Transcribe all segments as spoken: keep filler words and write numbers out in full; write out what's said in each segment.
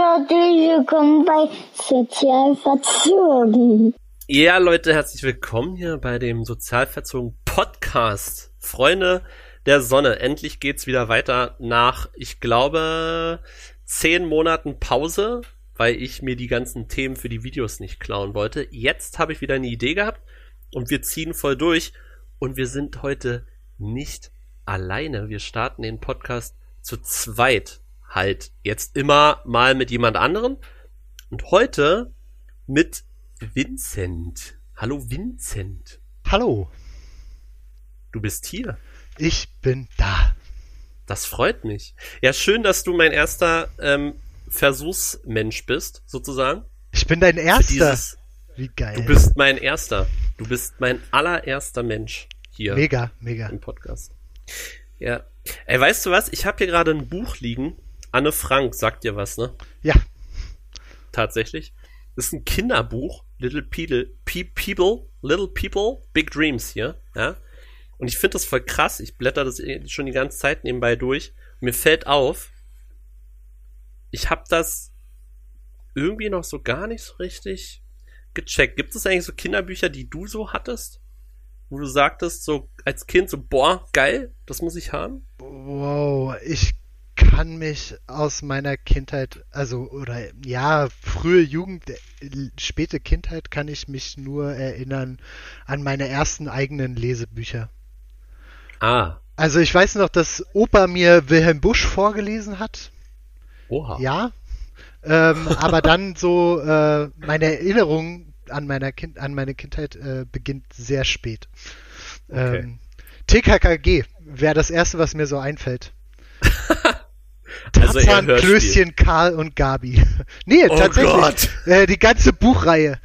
herzlich willkommen bei Sozialverzogen. Ja, Leute, herzlich willkommen hier bei dem Sozialverzogen Podcast. Freunde der Sonne, endlich geht's wieder weiter nach, ich glaube, zehn Monaten Pause, weil ich mir die ganzen Themen für die Videos nicht klauen wollte. Jetzt habe ich wieder eine Idee gehabt und wir ziehen voll durch und wir sind heute nicht alleine. Wir starten den Podcast zu zweit. Halt jetzt immer mal mit jemand anderem und heute mit Vincent. Hallo Vincent. Hallo. Du bist hier. Ich bin da. Das freut mich. Ja, schön, dass du mein erster ähm, Versuchsmensch bist, sozusagen. Ich bin dein Erster. Dieses, Wie geil. Du bist mein Erster. Du bist mein allererster Mensch hier. Mega, mega. Im Podcast. Ja. Ey, weißt du was? Ich habe hier gerade ein Buch liegen. Anne Frank, sagt dir was, ne? Ja. Tatsächlich. Das ist ein Kinderbuch. Little People, People, Little People, Big Dreams hier, ja. Und ich finde das voll krass. Ich blätter das schon die ganze Zeit nebenbei durch. Und mir fällt auf, ich habe das irgendwie noch so gar nicht so richtig gecheckt. Gibt es eigentlich so Kinderbücher, die du so hattest? Wo du sagtest, so als Kind so, boah, geil, das muss ich haben? Wow, ich kann mich aus meiner Kindheit, also, oder ja, frühe Jugend, späte Kindheit, kann ich mich nur erinnern an meine ersten eigenen Lesebücher. Ah. Also ich weiß noch, dass Opa mir Wilhelm Busch vorgelesen hat. Oha. Ja. Ähm, aber dann so, äh, meine Erinnerung an, meiner kind, an meine Kindheit äh, beginnt sehr spät. Okay. Ähm, T K K G wäre das erste, was mir so einfällt. Also Tarzan, Klößchen, Karl und Gabi. Nee, oh tatsächlich. Gott. Äh, die ganze Buchreihe.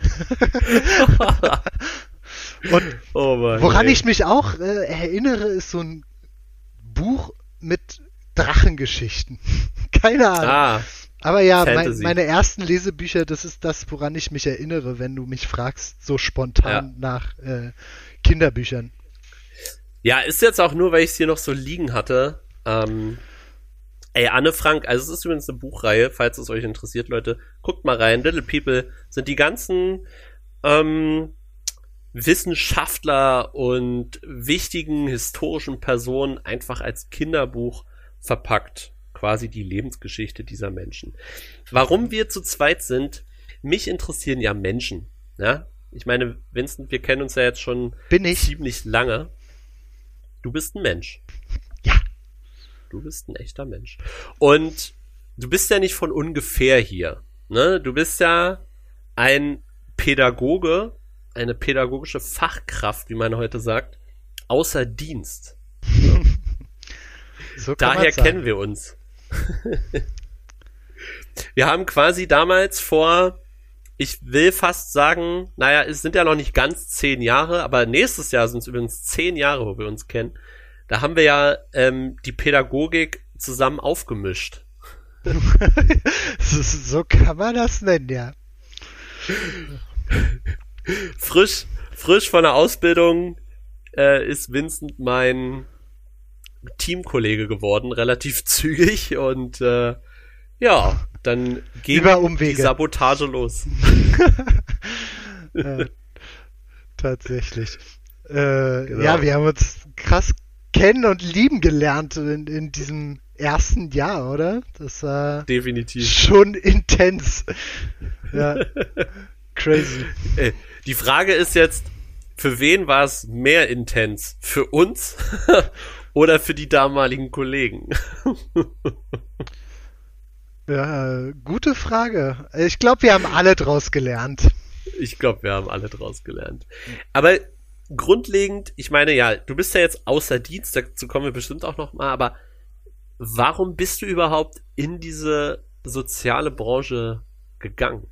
Und oh Mann, woran ey. ich mich auch äh, erinnere, ist so ein Buch mit Drachengeschichten. Keine Ahnung. Ah, Aber ja, mein, Fantasy. meine ersten Lesebücher, das ist das, woran ich mich erinnere, wenn du mich fragst, so spontan Ja. nach äh, Kinderbüchern. Ja, ist jetzt auch nur, weil ich es hier noch so liegen hatte. Ähm, ey, Anne Frank, also es ist übrigens eine Buchreihe, falls es euch interessiert, Leute. Guckt mal rein. Little People sind die ganzen ähm, Wissenschaftler und wichtigen historischen Personen einfach als Kinderbuch verpackt. Quasi die Lebensgeschichte dieser Menschen. Warum wir zu zweit sind, mich interessieren ja Menschen. Ja? Ich meine, Vincent, wir kennen uns ja jetzt schon Bin ich? ziemlich lange. Du bist ein Mensch. Ja. Du bist ein echter Mensch. Und du bist ja nicht von ungefähr hier. Ne? Du bist ja ein Pädagoge, eine pädagogische Fachkraft, wie man heute sagt, außer Dienst. So kann Daher man's sagen. kennen wir uns. Wir haben quasi damals vor, ich will fast sagen, naja, es sind ja noch nicht ganz zehn Jahre, aber nächstes Jahr sind es übrigens zehn Jahre, wo wir uns kennen. Da haben wir ja ähm, die Pädagogik zusammen aufgemischt. So kann man das nennen, ja. Frisch, frisch von der Ausbildung äh, ist Vincent mein Teamkollege geworden, relativ zügig und äh, ja, dann ging Über Umwege. die Sabotage los. äh, tatsächlich. Äh, Genau. Ja, wir haben uns krass kennen und lieben gelernt in, in diesem ersten Jahr, oder? Das war Definitiv. schon intens. Ja, crazy. Äh, Die Frage ist jetzt, für wen war es mehr intens? Für uns oder für die damaligen Kollegen? Ja, gute Frage. Ich glaube, wir haben alle draus gelernt. Ich glaube, wir haben alle draus gelernt. Aber grundlegend, ich meine, ja, du bist ja jetzt außer Dienst, dazu kommen wir bestimmt auch noch mal, aber warum bist du überhaupt in diese soziale Branche gegangen?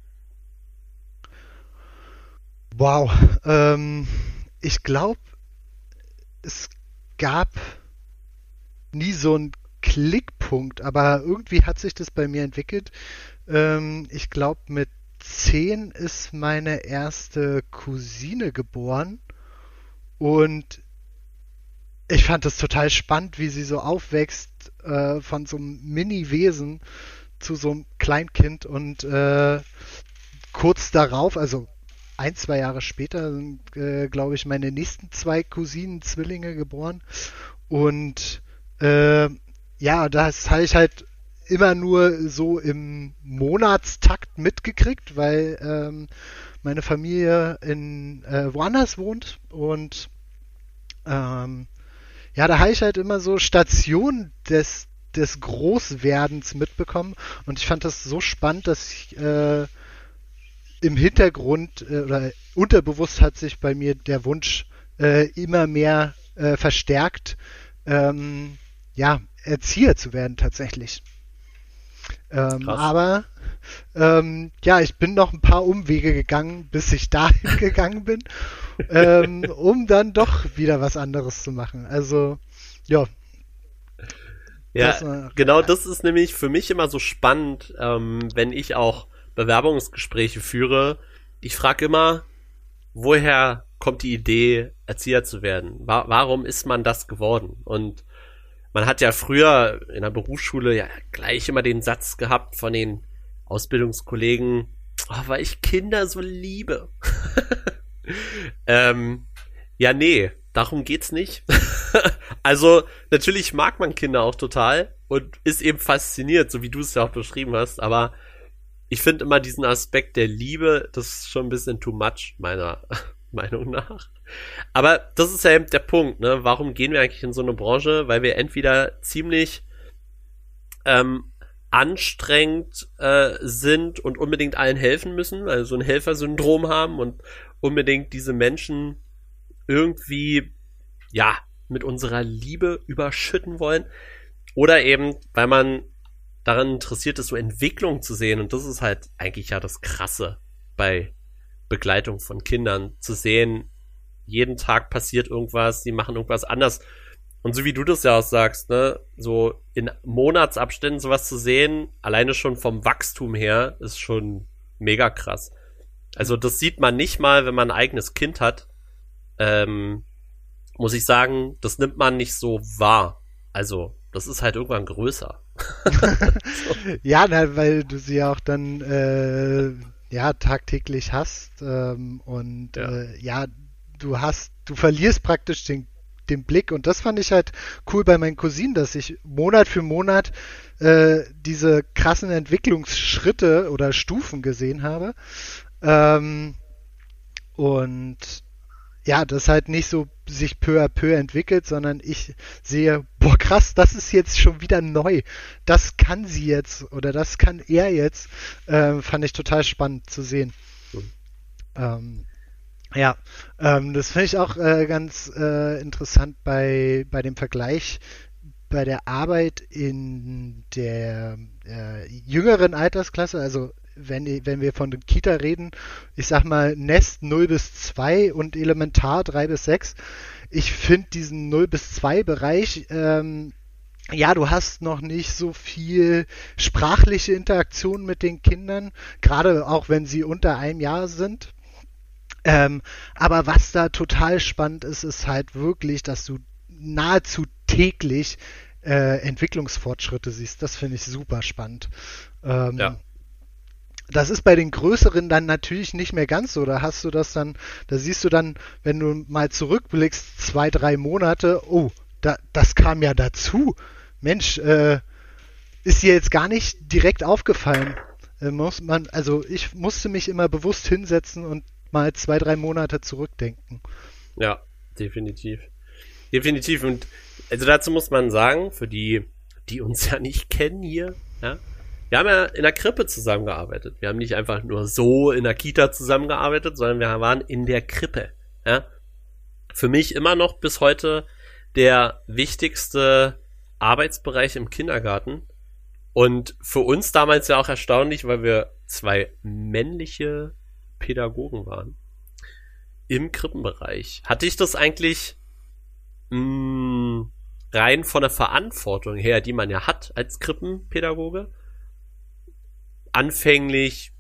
Wow. Ähm, ich glaube, es gab nie so einen Klickpunkt, aber irgendwie hat sich das bei mir entwickelt. Ähm, ich glaube, mit zehn ist meine erste Cousine geboren und ich fand das total spannend, wie sie so aufwächst, äh, von so einem Mini-Wesen zu so einem Kleinkind und äh, kurz darauf, also ein, zwei Jahre später, sind, äh, glaube ich, meine nächsten zwei Cousinen, Zwillinge geboren. Und äh, ja, das habe ich halt immer nur so im Monatstakt mitgekriegt, weil ähm, meine Familie in äh, woanders wohnt und ähm, ja, da habe ich halt immer so Stationen des, des Großwerdens mitbekommen und ich fand das so spannend, dass ich äh, im Hintergrund äh, oder unterbewusst hat sich bei mir der Wunsch äh, immer mehr äh, verstärkt, ähm, ja, Erzieher zu werden tatsächlich. Ähm, aber ähm, ja, ich bin noch ein paar Umwege gegangen, bis ich dahin gegangen bin, ähm, um dann doch wieder was anderes zu machen. Also, ja. Ja, das war, genau das ist nämlich für mich immer so spannend, ähm, wenn ich auch Bewerbungsgespräche führe. Ich frage immer, woher kommt die Idee, Erzieher zu werden? Wa- warum ist man das geworden? Und man hat ja früher in der Berufsschule ja gleich immer den Satz gehabt von den Ausbildungskollegen, oh, weil ich Kinder so liebe. ähm, ja, nee, darum geht's nicht. Also, natürlich mag man Kinder auch total und ist eben fasziniert, so wie du es ja auch beschrieben hast, aber ich finde immer diesen Aspekt der Liebe, das ist schon ein bisschen too much, meiner Meinung nach. Aber das ist ja eben der Punkt, ne? Warum gehen wir eigentlich in so eine Branche? Weil wir entweder ziemlich ähm, anstrengend äh, sind und unbedingt allen helfen müssen, also so ein Helfersyndrom haben und unbedingt diese Menschen irgendwie, ja, mit unserer Liebe überschütten wollen. Oder eben, weil man daran interessiert ist, so Entwicklung zu sehen. Und das ist halt eigentlich ja das Krasse bei Begleitung von Kindern, zu sehen, jeden Tag passiert irgendwas, die machen irgendwas anders. Und so wie du das ja auch sagst, ne, so in Monatsabständen sowas zu sehen, alleine schon vom Wachstum her, ist schon mega krass. Also das sieht man nicht mal, wenn man ein eigenes Kind hat. Ähm, muss ich sagen, das nimmt man nicht so wahr. Also, das ist halt irgendwann größer. so. Ja, na, weil du sie auch dann äh, ja tagtäglich hast ähm, und ja. Äh, ja, du hast, du verlierst praktisch den den Blick und das fand ich halt cool bei meinen Cousinen, dass ich Monat für Monat äh, diese krassen Entwicklungsschritte oder Stufen gesehen habe ähm, und ja, das halt nicht so sich peu à peu entwickelt, sondern ich sehe, boah krass, das ist jetzt schon wieder neu. Das kann sie jetzt oder das kann er jetzt. Ähm, fand ich total spannend zu sehen. Mhm. Ähm, ja, ähm, das finde ich auch äh, ganz äh, interessant bei, bei dem Vergleich bei der Arbeit in der äh, jüngeren Altersklasse, also wenn, wenn wir von der Kita reden, ich sag mal Nest null bis zwei und Elementar drei bis sechs. Ich finde diesen null bis zwei Bereich, ähm, ja, du hast noch nicht so viel sprachliche Interaktion mit den Kindern, gerade auch wenn sie unter einem Jahr sind. Ähm, aber was da total spannend ist, ist halt wirklich, dass du nahezu täglich äh, Entwicklungsfortschritte siehst. Das finde ich super spannend. Ähm, ja. Das ist bei den Größeren dann natürlich nicht mehr ganz so. Da hast du das dann, da siehst du dann, wenn du mal zurückblickst, zwei, drei Monate, oh, da, das kam ja dazu. Mensch, äh, ist dir jetzt gar nicht direkt aufgefallen. Äh, muss man, also ich musste mich immer bewusst hinsetzen und mal zwei, drei Monate zurückdenken. Ja, definitiv. Definitiv. Und also dazu muss man sagen, für die, die uns ja nicht kennen hier, ja, wir haben ja in der Krippe zusammengearbeitet. Wir haben nicht einfach nur so in der Kita zusammengearbeitet, sondern wir waren in der Krippe. Ja? Für mich immer noch bis heute der wichtigste Arbeitsbereich im Kindergarten. Und für uns damals ja auch erstaunlich, weil wir zwei männliche Pädagogen waren im Krippenbereich. Hatte ich das eigentlich mh, rein von der Verantwortung her, die man ja hat als Krippenpädagoge, anfänglich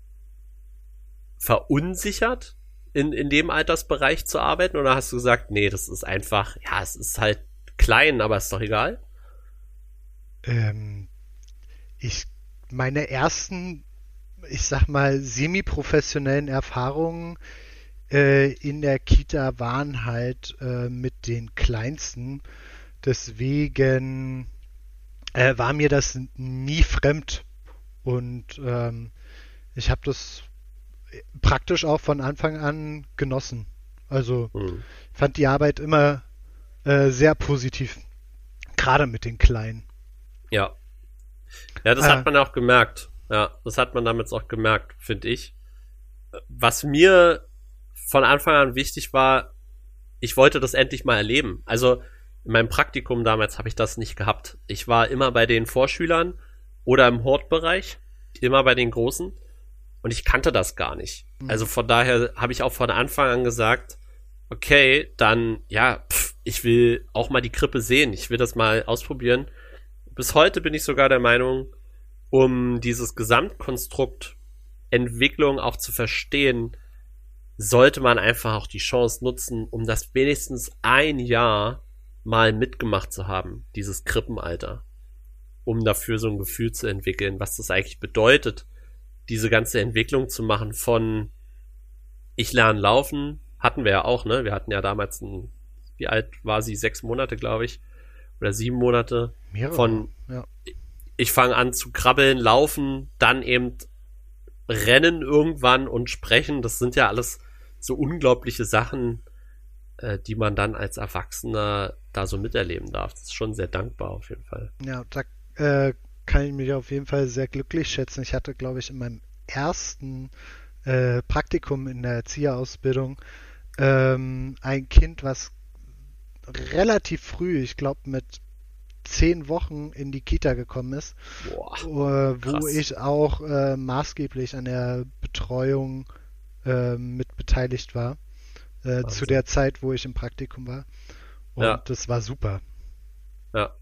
verunsichert, in, in dem Altersbereich zu arbeiten? Oder hast du gesagt, nee, das ist einfach, ja, es ist halt klein, aber ist doch egal? Ähm, ich meine ersten, ich sag mal, semi-professionellen Erfahrungen äh, in der Kita waren halt äh, mit den Kleinsten. Deswegen äh, war mir das nie fremd. Und ähm, ich habe das praktisch auch von Anfang an genossen. Also Hm. fand die Arbeit immer äh, sehr positiv, gerade mit den Kleinen. Ja. Ja, das Ah. hat man auch gemerkt. Ja, das hat man damals auch gemerkt, finde ich. Was mir von Anfang an wichtig war, ich wollte das endlich mal erleben. Also in meinem Praktikum damals habe ich das nicht gehabt. Ich war immer bei den Vorschülern oder im Hortbereich, immer bei den Großen, und ich kannte das gar nicht. Mhm. Also von daher habe ich auch von Anfang an gesagt, okay, dann, ja, pff, ich will auch mal die Krippe sehen. Ich will das mal ausprobieren. Bis heute bin ich sogar der Meinung, um dieses Gesamtkonstrukt Entwicklung auch zu verstehen, sollte man einfach auch die Chance nutzen, um das wenigstens ein Jahr mal mitgemacht zu haben, dieses Krippenalter, um dafür so ein Gefühl zu entwickeln, was das eigentlich bedeutet, diese ganze Entwicklung zu machen von ich lerne laufen, hatten wir ja auch, ne? Wir hatten ja damals ein, wie alt war sie? Sechs Monate, glaube ich, oder sieben Monate. Mehrere, Von ja. ich fange an zu krabbeln, laufen, dann eben rennen irgendwann und sprechen. Das sind ja alles so unglaubliche Sachen, äh, die man dann als Erwachsener da so miterleben darf. Das ist schon sehr dankbar auf jeden Fall. Ja, da äh, kann ich mich auf jeden Fall sehr glücklich schätzen. Ich hatte, glaube ich, in meinem ersten äh, Praktikum in der Erzieherausbildung ähm, ein Kind, was relativ früh, ich glaube mit zehn Wochen in die Kita gekommen ist, Boah, äh, wo krass. ich auch äh, maßgeblich an der Betreuung äh, mit beteiligt war, äh, zu Wahnsinn. der Zeit, wo ich im Praktikum war. Und Ja. das war super. Ja.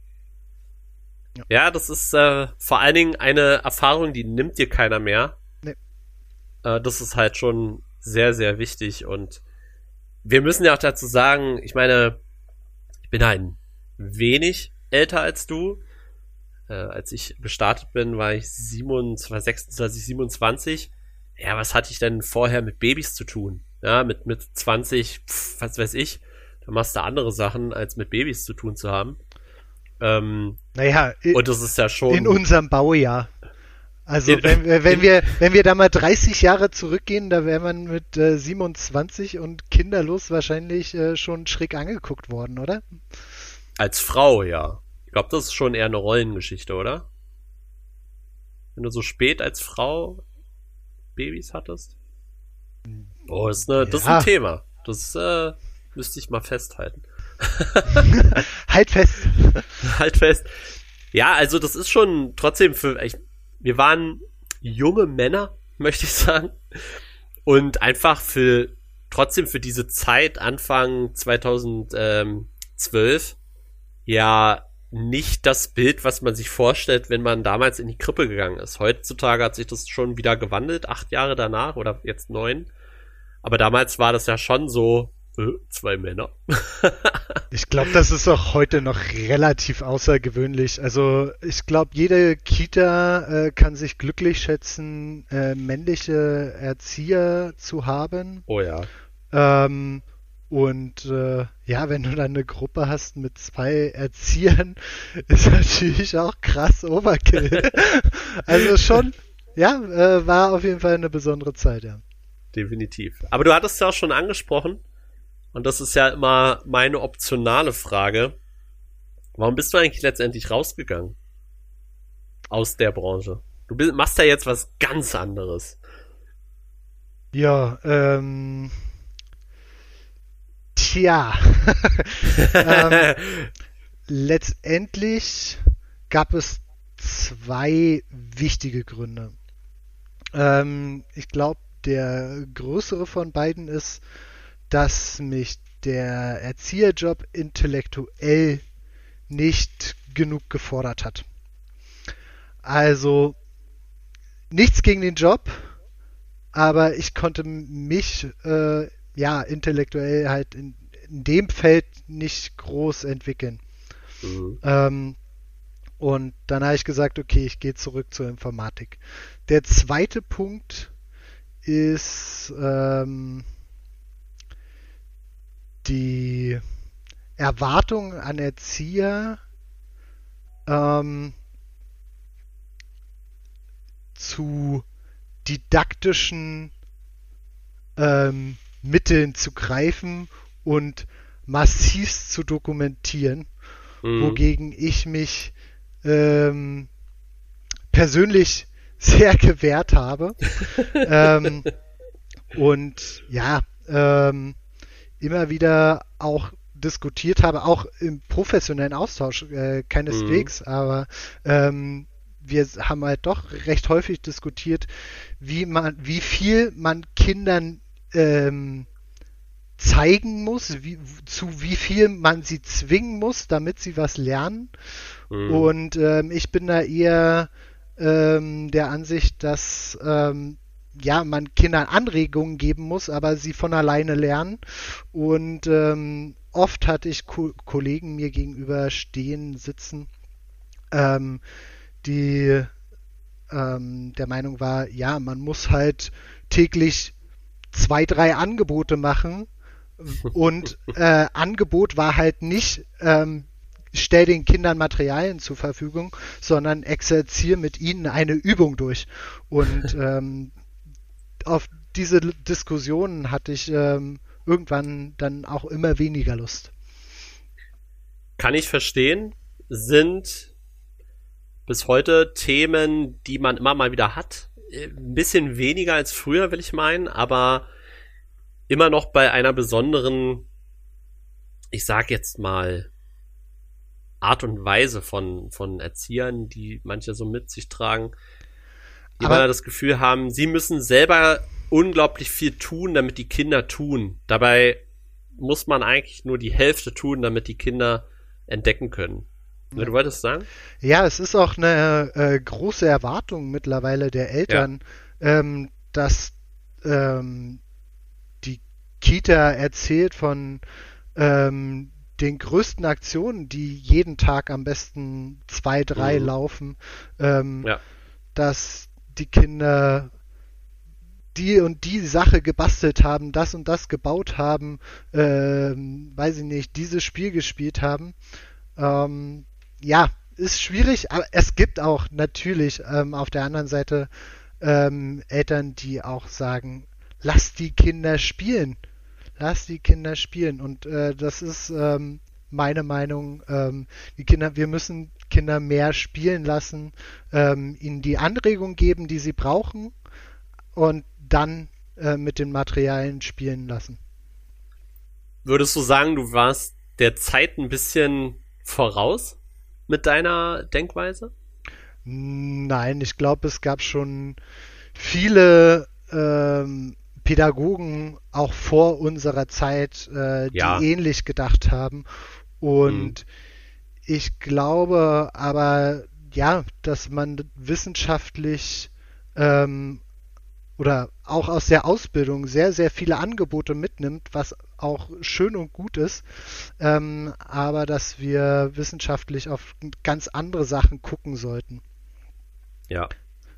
Ja. Ja, das ist äh, vor allen Dingen eine Erfahrung, die nimmt dir keiner mehr. Nee. Äh, das ist halt schon sehr, sehr wichtig. Und wir müssen ja auch dazu sagen, ich meine, ich bin ein wenig älter als du. Äh, als ich gestartet bin, war ich siebenundzwanzig, sechsundzwanzig, siebenundzwanzig. Ja, was hatte ich denn vorher mit Babys zu tun? Ja, mit, mit zwanzig, pf, was weiß ich. Da machst du andere Sachen, als mit Babys zu tun zu haben. Ähm, Naja, i- und das ist ja schon... in unserem Baujahr. Also In- wenn, wir- wenn in- wir wenn wir da mal dreißig Jahre zurückgehen, da wäre man mit äh, siebenundzwanzig und kinderlos wahrscheinlich äh, schon schräg angeguckt worden, oder? Als Frau, ja. Ich glaube, das ist schon eher eine Rollengeschichte, oder? Wenn du so spät als Frau Babys hattest? Oh, das ist, eine, das ist Ja. ein Thema. Das äh, müsste ich mal festhalten. Halt fest. Halt fest. Ja, also das ist schon trotzdem für... Ich, wir waren junge Männer, möchte ich sagen. Und einfach für... Trotzdem für diese Zeit, Anfang zweitausendzwölf, ja nicht das Bild, was man sich vorstellt, wenn man damals in die Krippe gegangen ist. Heutzutage hat sich das schon wieder gewandelt, acht Jahre danach oder jetzt neun. Aber damals war das ja schon so, äh, zwei Männer. Ich glaube, das ist auch heute noch relativ außergewöhnlich. Also ich glaube, jede Kita äh, kann sich glücklich schätzen, äh, männliche Erzieher zu haben. Oh ja. Ähm, und äh, ja, wenn du dann eine Gruppe hast mit zwei Erziehern, ist natürlich auch krass Overkill. Also schon, ja, äh, war auf jeden Fall eine besondere Zeit, ja. Definitiv. Aber du hattest ja auch schon angesprochen, und das ist ja immer meine optionale Frage, warum bist du eigentlich letztendlich rausgegangen aus der Branche? Du bist, machst ja jetzt was ganz anderes. Ja, ähm, tja, ähm, letztendlich gab es zwei wichtige Gründe. Ähm, ich glaube, der größere von beiden ist, dass mich der Erzieherjob intellektuell nicht genug gefordert hat. Also nichts gegen den Job, aber ich konnte mich äh, ja intellektuell halt in, in dem Feld nicht groß entwickeln. Mhm. Ähm, Und dann habe ich gesagt, okay, ich gehe zurück zur Informatik. Der zweite Punkt ist ähm, die Erwartung an Erzieher ähm, zu didaktischen ähm, Mitteln zu greifen und massivst zu dokumentieren, mhm. wogegen ich mich ähm, persönlich sehr gewehrt habe. ähm, und ja, ähm, immer wieder auch diskutiert habe, auch im professionellen Austausch, äh, keineswegs, mhm. aber ähm, wir haben halt doch recht häufig diskutiert, wie man, wie viel man Kindern ähm, zeigen muss, wie, zu wie viel man sie zwingen muss, damit sie was lernen. Mhm. Und ähm, ich bin da eher ähm, der Ansicht, dass ähm, ja, man Kindern Anregungen geben muss, aber sie von alleine lernen. Und ähm, oft hatte ich Ko- Kollegen mir gegenüber stehen, sitzen, ähm, die ähm, der Meinung war, ja, man muss halt täglich zwei, drei Angebote machen. Und äh, Angebot war halt nicht, ähm, stell den Kindern Materialien zur Verfügung, sondern exerziere mit ihnen eine Übung durch. Und ähm, auf diese Diskussionen hatte ich ähm, irgendwann dann auch immer weniger Lust. Kann ich verstehen, sind bis heute Themen, die man immer mal wieder hat. Ein bisschen weniger als früher, will ich meinen, aber immer noch bei einer besonderen, ich sag jetzt mal, Art und Weise von, von Erziehern, die manche so mit sich tragen, die aber immer das Gefühl haben, sie müssen selber unglaublich viel tun, damit die Kinder tun. Dabei muss man eigentlich nur die Hälfte tun, damit die Kinder entdecken können. Ja. Du wolltest sagen? Ja, es ist auch eine äh, große Erwartung mittlerweile der Eltern, ja. ähm, dass ähm, die Kita erzählt von ähm, den größten Aktionen, die jeden Tag am besten zwei, drei mhm. laufen, ähm, ja. dass die Kinder die und die Sache gebastelt haben, das und das gebaut haben, ähm, weiß ich nicht, dieses Spiel gespielt haben. Ähm, ja, ist schwierig, aber es gibt auch natürlich ähm, auf der anderen Seite ähm, Eltern, die auch sagen, lass die Kinder spielen. Lass die Kinder spielen. Und äh, das ist ähm, meine Meinung. Ähm, die Kinder, wir müssen Kinder mehr spielen lassen, ähm, ihnen die Anregung geben, die sie brauchen, und dann äh, mit den Materialien spielen lassen. Würdest du sagen, du warst der Zeit ein bisschen voraus mit deiner Denkweise? Nein, ich glaube, es gab schon viele ähm, Pädagogen auch vor unserer Zeit, äh, die ja. ähnlich gedacht haben. Und mhm. ich glaube aber, ja, dass man wissenschaftlich ähm, oder auch aus der Ausbildung sehr, sehr viele Angebote mitnimmt, was auch schön und gut ist, ähm, aber dass wir wissenschaftlich auf ganz andere Sachen gucken sollten. Ja.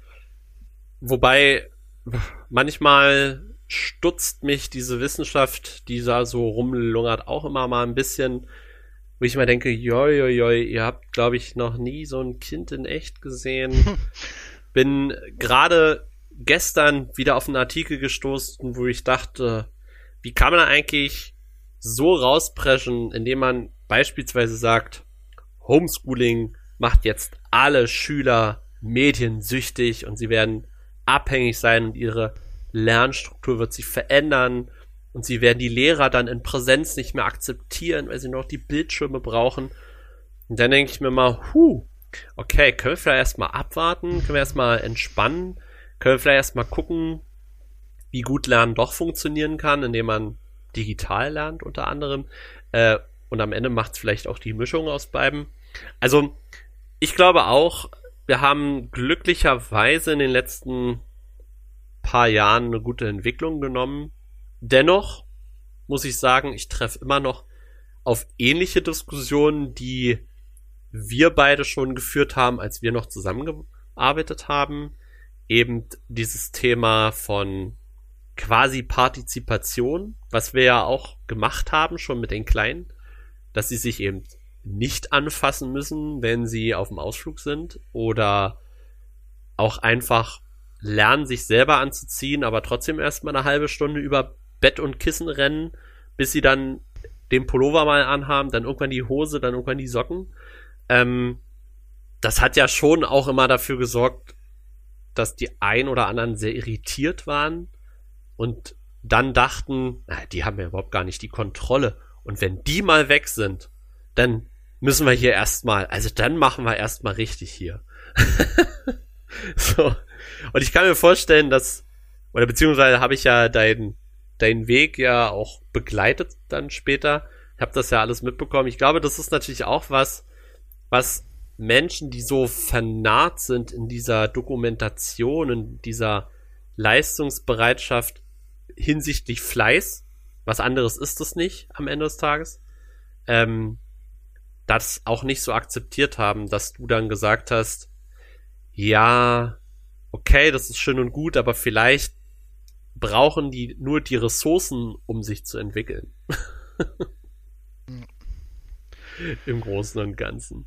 Wobei manchmal stutzt mich diese Wissenschaft, die da so rumlungert, auch immer mal ein bisschen, wo ich mal denke, joi, joi, joi, ihr habt, glaube ich, noch nie so ein Kind in echt gesehen. Bin gerade gestern wieder auf einen Artikel gestoßen, wo ich dachte, wie kann man eigentlich so rauspreschen, indem man beispielsweise sagt, Homeschooling macht jetzt alle Schüler mediensüchtig und sie werden abhängig sein und ihre Lernstruktur wird sich verändern und sie werden die Lehrer dann in Präsenz nicht mehr akzeptieren, weil sie noch die Bildschirme brauchen. Und dann denke ich mir mal, huh, okay, können wir vielleicht erstmal abwarten, können wir erstmal entspannen, können wir vielleicht erstmal gucken, wie gut Lernen doch funktionieren kann, indem man digital lernt unter anderem. Äh, und am Ende macht es vielleicht auch die Mischung aus beiden. Also ich glaube auch, wir haben glücklicherweise in den letzten paar Jahren eine gute Entwicklung genommen. Dennoch muss ich sagen, ich treffe immer noch auf ähnliche Diskussionen, die wir beide schon geführt haben, als wir noch zusammengearbeitet haben. Eben dieses Thema von quasi Partizipation, was wir ja auch gemacht haben, schon mit den Kleinen, dass sie sich eben nicht anfassen müssen, wenn sie auf dem Ausflug sind oder auch einfach lernen, sich selber anzuziehen, aber trotzdem erstmal eine halbe Stunde über Bett und Kissen rennen, bis sie dann den Pullover mal anhaben, dann irgendwann die Hose, dann irgendwann die Socken. Ähm, das hat ja schon auch immer dafür gesorgt, dass die ein oder anderen sehr irritiert waren und dann dachten, na, die haben ja überhaupt gar nicht die Kontrolle. Und wenn die mal weg sind, dann müssen wir hier erstmal, also dann machen wir erstmal richtig hier. So. Und ich kann mir vorstellen, dass, oder beziehungsweise habe ich ja deinen deinen Weg ja auch begleitet dann später. Ich habe das ja alles mitbekommen. Ich glaube, das ist natürlich auch was, was Menschen, die so vernarrt sind in dieser Dokumentation, in dieser Leistungsbereitschaft hinsichtlich Fleiß, was anderes ist es nicht am Ende des Tages, ähm, das auch nicht so akzeptiert haben, dass du dann gesagt hast, ja, okay, das ist schön und gut, aber vielleicht brauchen die nur die Ressourcen, um sich zu entwickeln. Im Großen und Ganzen.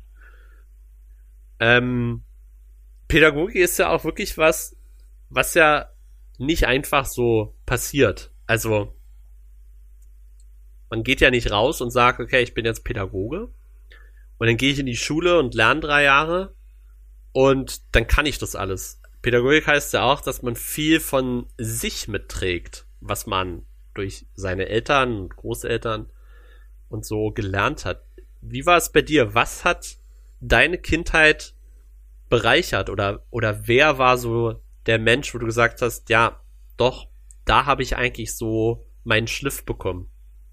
Ähm, Pädagogik ist ja auch wirklich was, was ja nicht einfach so passiert. Also, man geht ja nicht raus und sagt, okay, ich bin jetzt Pädagoge und dann gehe ich in die Schule und lerne drei Jahre und dann kann ich das alles. Pädagogik heißt ja auch, dass man viel von sich mitträgt, was man durch seine Eltern und Großeltern und so gelernt hat. Wie war es bei dir? Was hat deine Kindheit bereichert? Oder, oder wer war so der Mensch, wo du gesagt hast, ja, doch, da habe ich eigentlich so meinen Schliff bekommen?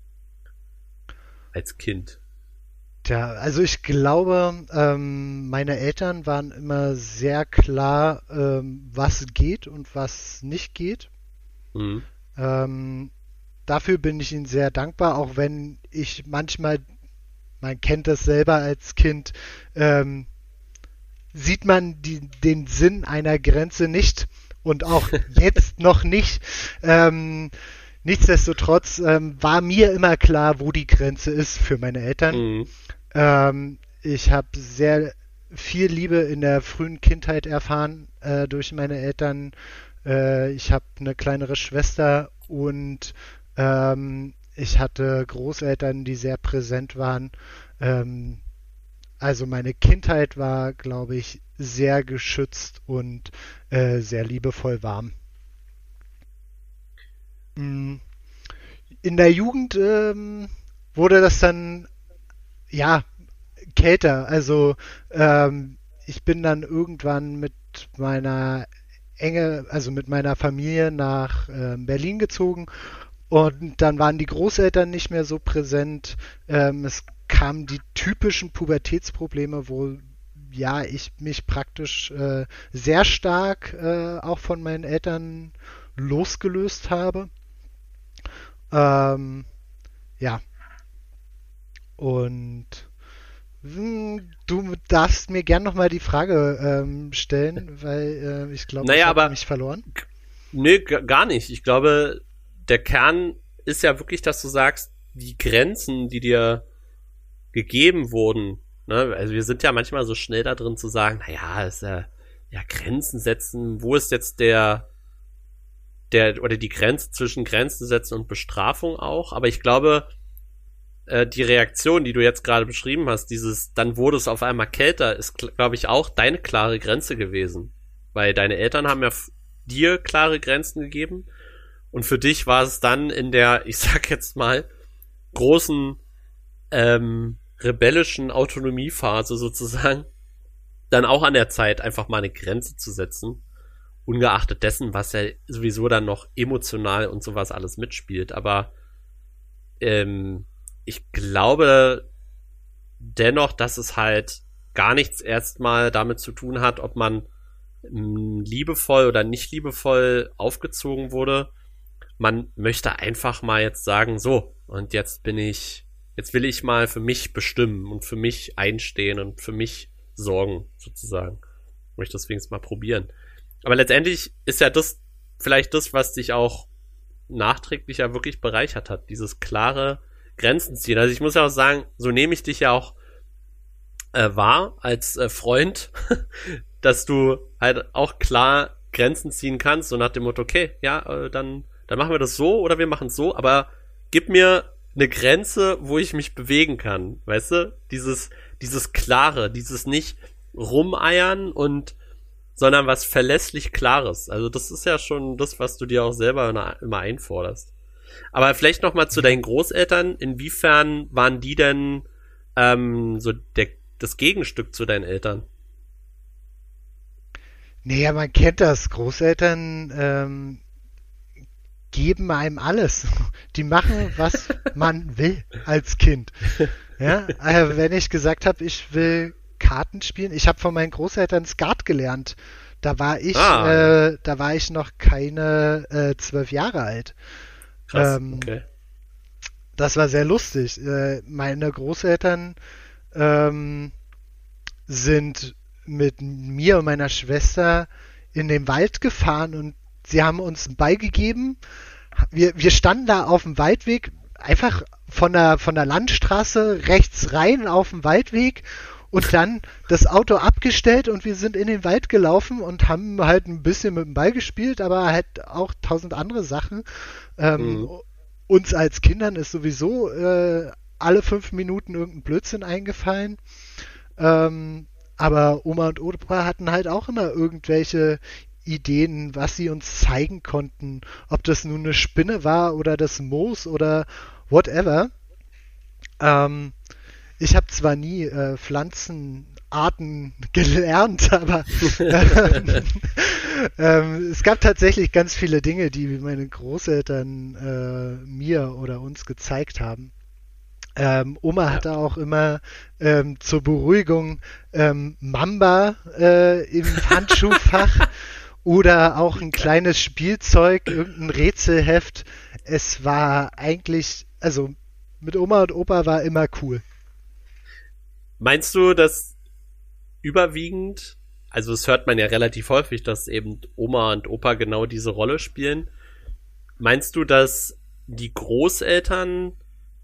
Als Kind. Tja, also ich glaube, ähm, meine Eltern waren immer sehr klar, ähm, was geht und was nicht geht. Mhm. Ähm, dafür bin ich ihnen sehr dankbar, auch wenn ich manchmal, man kennt das selber als Kind, ähm, sieht man die, den Sinn einer Grenze nicht und auch jetzt noch nicht. Ähm, nichtsdestotrotz ähm, war mir immer klar, wo die Grenze ist für meine Eltern. Mhm. Ähm, ich habe sehr viel Liebe in der frühen Kindheit erfahren äh, durch meine Eltern. Äh, ich habe eine kleinere Schwester und ähm, ich hatte Großeltern, die sehr präsent waren. Ähm, also meine Kindheit war, glaube ich, sehr geschützt und äh, sehr liebevoll warm. In der Jugend ähm, wurde das dann ja kälter. Also ähm, ich bin dann irgendwann mit meiner enge, also mit meiner Familie nach ähm, Berlin gezogen und dann waren die Großeltern nicht mehr so präsent. Ähm, es kamen die typischen Pubertätsprobleme, wo ja ich mich praktisch äh, sehr stark äh, auch von meinen Eltern losgelöst habe. Ähm, ja. Und mh, du darfst mir gern nochmal die Frage ähm, stellen, weil äh, ich glaube, Naja, ich habe aber- mich verloren. Nee, g- gar nicht. Ich glaube, der Kern ist ja wirklich, dass du sagst, die Grenzen, die dir gegeben wurden, ne, also wir sind ja manchmal so schnell da drin zu sagen, naja, ist ja, ja, Grenzen setzen, wo ist jetzt der, der, oder die Grenze zwischen Grenzen setzen und Bestrafung auch, aber ich glaube, äh, die Reaktion, die du jetzt gerade beschrieben hast, dieses, dann wurde es auf einmal kälter, ist, glaube ich, auch deine klare Grenze gewesen. Weil deine Eltern haben ja f- dir klare Grenzen gegeben und für dich war es dann in der, ich sag jetzt mal, großen ähm, rebellischen Autonomiephase sozusagen, dann auch an der Zeit, einfach mal eine Grenze zu setzen, ungeachtet dessen, was ja sowieso dann noch emotional und sowas alles mitspielt. Aber ähm, ich glaube dennoch, dass es halt gar nichts erstmal damit zu tun hat, ob man mh, liebevoll oder nicht liebevoll aufgezogen wurde. Man möchte einfach mal jetzt sagen, so, und jetzt bin ich jetzt will ich mal für mich bestimmen und für mich einstehen und für mich sorgen, sozusagen. Ich möchte das wenigstens mal probieren. Aber letztendlich ist ja das vielleicht das, was dich auch nachträglich ja wirklich bereichert hat, dieses klare Grenzen ziehen. Also ich muss ja auch sagen, so nehme ich dich ja auch äh, wahr als äh, Freund, dass du halt auch klar Grenzen ziehen kannst, so nach dem Motto, okay, ja, äh, dann, dann machen wir das so oder wir machen es so, aber gib mir eine Grenze, wo ich mich bewegen kann, weißt du? Dieses, dieses Klare, dieses nicht rumeiern und sondern was verlässlich Klares. Also das ist ja schon das, was du dir auch selber immer einforderst. Aber vielleicht noch mal zu deinen Großeltern. Inwiefern waren die denn ähm, so der, das Gegenstück zu deinen Eltern? Naja, man kennt das. Großeltern ähm, geben einem alles. Die machen, was man will als Kind. Ja, also wenn ich gesagt habe, ich will Karten spielen, ich habe von meinen Großeltern Skat gelernt. Da war ich, ah. äh, da war ich noch keine äh, zwölf Jahre alt. Krass, ähm, okay. Das war sehr lustig. Äh, meine Großeltern ähm, sind mit mir und meiner Schwester in den Wald gefahren und sie haben uns einen Ball gegeben. Wir, wir standen da auf dem Waldweg, einfach von der, von der Landstraße rechts rein auf dem Waldweg und dann das Auto abgestellt und wir sind in den Wald gelaufen und haben halt ein bisschen mit dem Ball gespielt, aber halt auch tausend andere Sachen. Ähm, mhm. Uns als Kindern ist sowieso äh, alle fünf Minuten irgendein Blödsinn eingefallen. Ähm, aber Oma und Opa hatten halt auch immer irgendwelche Ideen, was sie uns zeigen konnten. Ob das nun eine Spinne war oder das Moos oder whatever. Ähm, ich habe zwar nie äh, Pflanzenarten gelernt, aber ähm, ähm, es gab tatsächlich ganz viele Dinge, die meine Großeltern äh, mir oder uns gezeigt haben. Ähm, Oma ja. hatte auch immer ähm, zur Beruhigung ähm, Mamba äh, im Handschuhfach oder auch ein kleines Spielzeug, irgendein Rätselheft. Es war eigentlich, also mit Oma und Opa war immer cool. Meinst du, dass überwiegend, also das hört man ja relativ häufig, dass eben Oma und Opa genau diese Rolle spielen. Meinst du, dass die Großeltern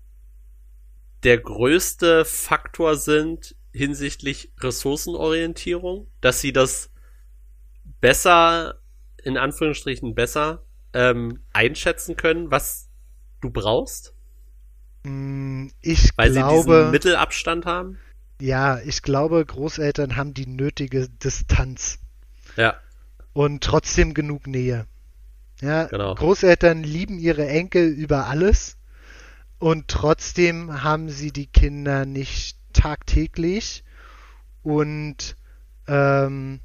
der größte Faktor sind hinsichtlich Ressourcenorientierung, dass sie das besser, in Anführungsstrichen besser, ähm, einschätzen können, was du brauchst? Ich Weil glaube, sie diesen Mittelabstand haben? Ja, ich glaube, Großeltern haben die nötige Distanz. Ja. Und trotzdem genug Nähe. Ja, genau. Großeltern lieben ihre Enkel über alles. Und trotzdem haben sie die Kinder nicht tagtäglich und ähm,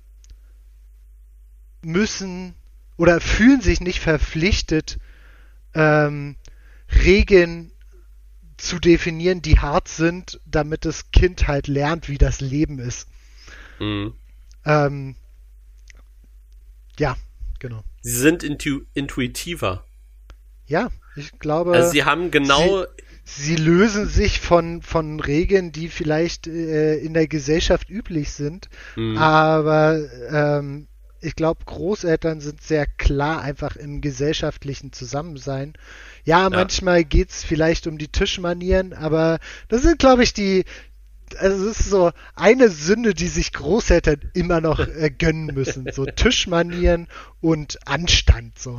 müssen oder fühlen sich nicht verpflichtet, ähm, Regeln zu definieren, die hart sind, damit das Kind halt lernt, wie das Leben ist. Mhm. Ähm, ja, genau. Sie sind intu- intuitiver. Ja, ich glaube. Also sie haben genau. Sie, sie lösen sich von, von Regeln, die vielleicht äh, in der Gesellschaft üblich sind, mhm. aber ähm, ich glaube, Großeltern sind sehr klar einfach im gesellschaftlichen Zusammensein. Ja, ja. Manchmal geht's vielleicht um die Tischmanieren, aber das sind, glaube ich, die, also es ist so eine Sünde, die sich Großeltern immer noch äh, gönnen müssen. So Tischmanieren und Anstand, so.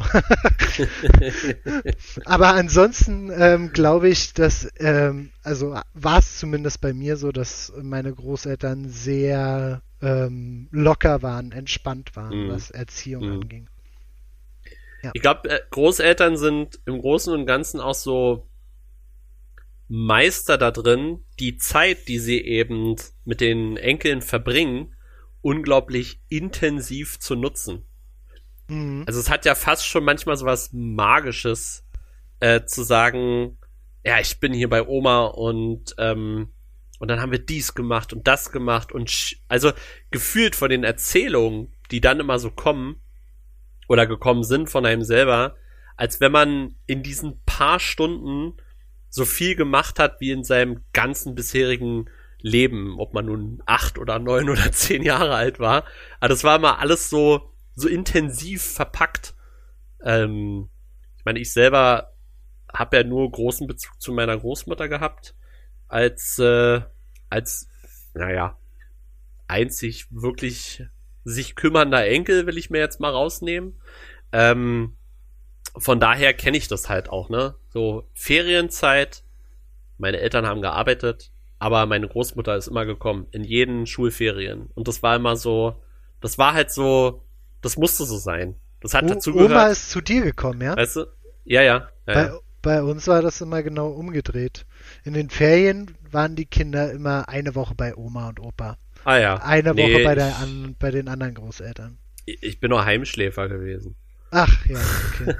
Aber ansonsten ähm, glaube ich, dass, ähm, also war es zumindest bei mir so, dass meine Großeltern sehr ähm, locker waren, entspannt waren, mm. was Erziehung mm. anging. Ja. Ich glaube, Großeltern sind im Großen und Ganzen auch so Meister da drin, die Zeit, die sie eben mit den Enkeln verbringen, unglaublich intensiv zu nutzen. Mhm. Also es hat ja fast schon manchmal so was Magisches, äh, zu sagen, ja, ich bin hier bei Oma und ähm, und dann haben wir dies gemacht und das gemacht und sch- also gefühlt von den Erzählungen, die dann immer so kommen oder gekommen sind von einem selber, als wenn man in diesen paar Stunden so viel gemacht hat wie in seinem ganzen bisherigen Leben, ob man nun acht oder neun oder zehn Jahre alt war. Aber das war immer alles so, so intensiv verpackt. Ähm, ich meine, ich selber habe ja nur großen Bezug zu meiner Großmutter gehabt, als, äh, als, naja, einzig wirklich sich kümmernder Enkel, will ich mir jetzt mal rausnehmen. Ähm, von daher kenne ich das halt auch, ne? So Ferienzeit, meine Eltern haben gearbeitet, aber meine Großmutter ist immer gekommen, in jeden Schulferien. Und das war immer so, das war halt so, das musste so sein. Das hat O- dazu gehört. Oma ist zu dir gekommen, ja? Weißt du? Ja, ja. ja, Bei, ja. bei uns war das immer genau umgedreht. In den Ferien waren die Kinder immer eine Woche bei Oma und Opa. Ah ja. Eine Nee, Woche bei, der ich, an, bei den anderen Großeltern. ich bin nur Heimschläfer gewesen. Ach, ja, okay.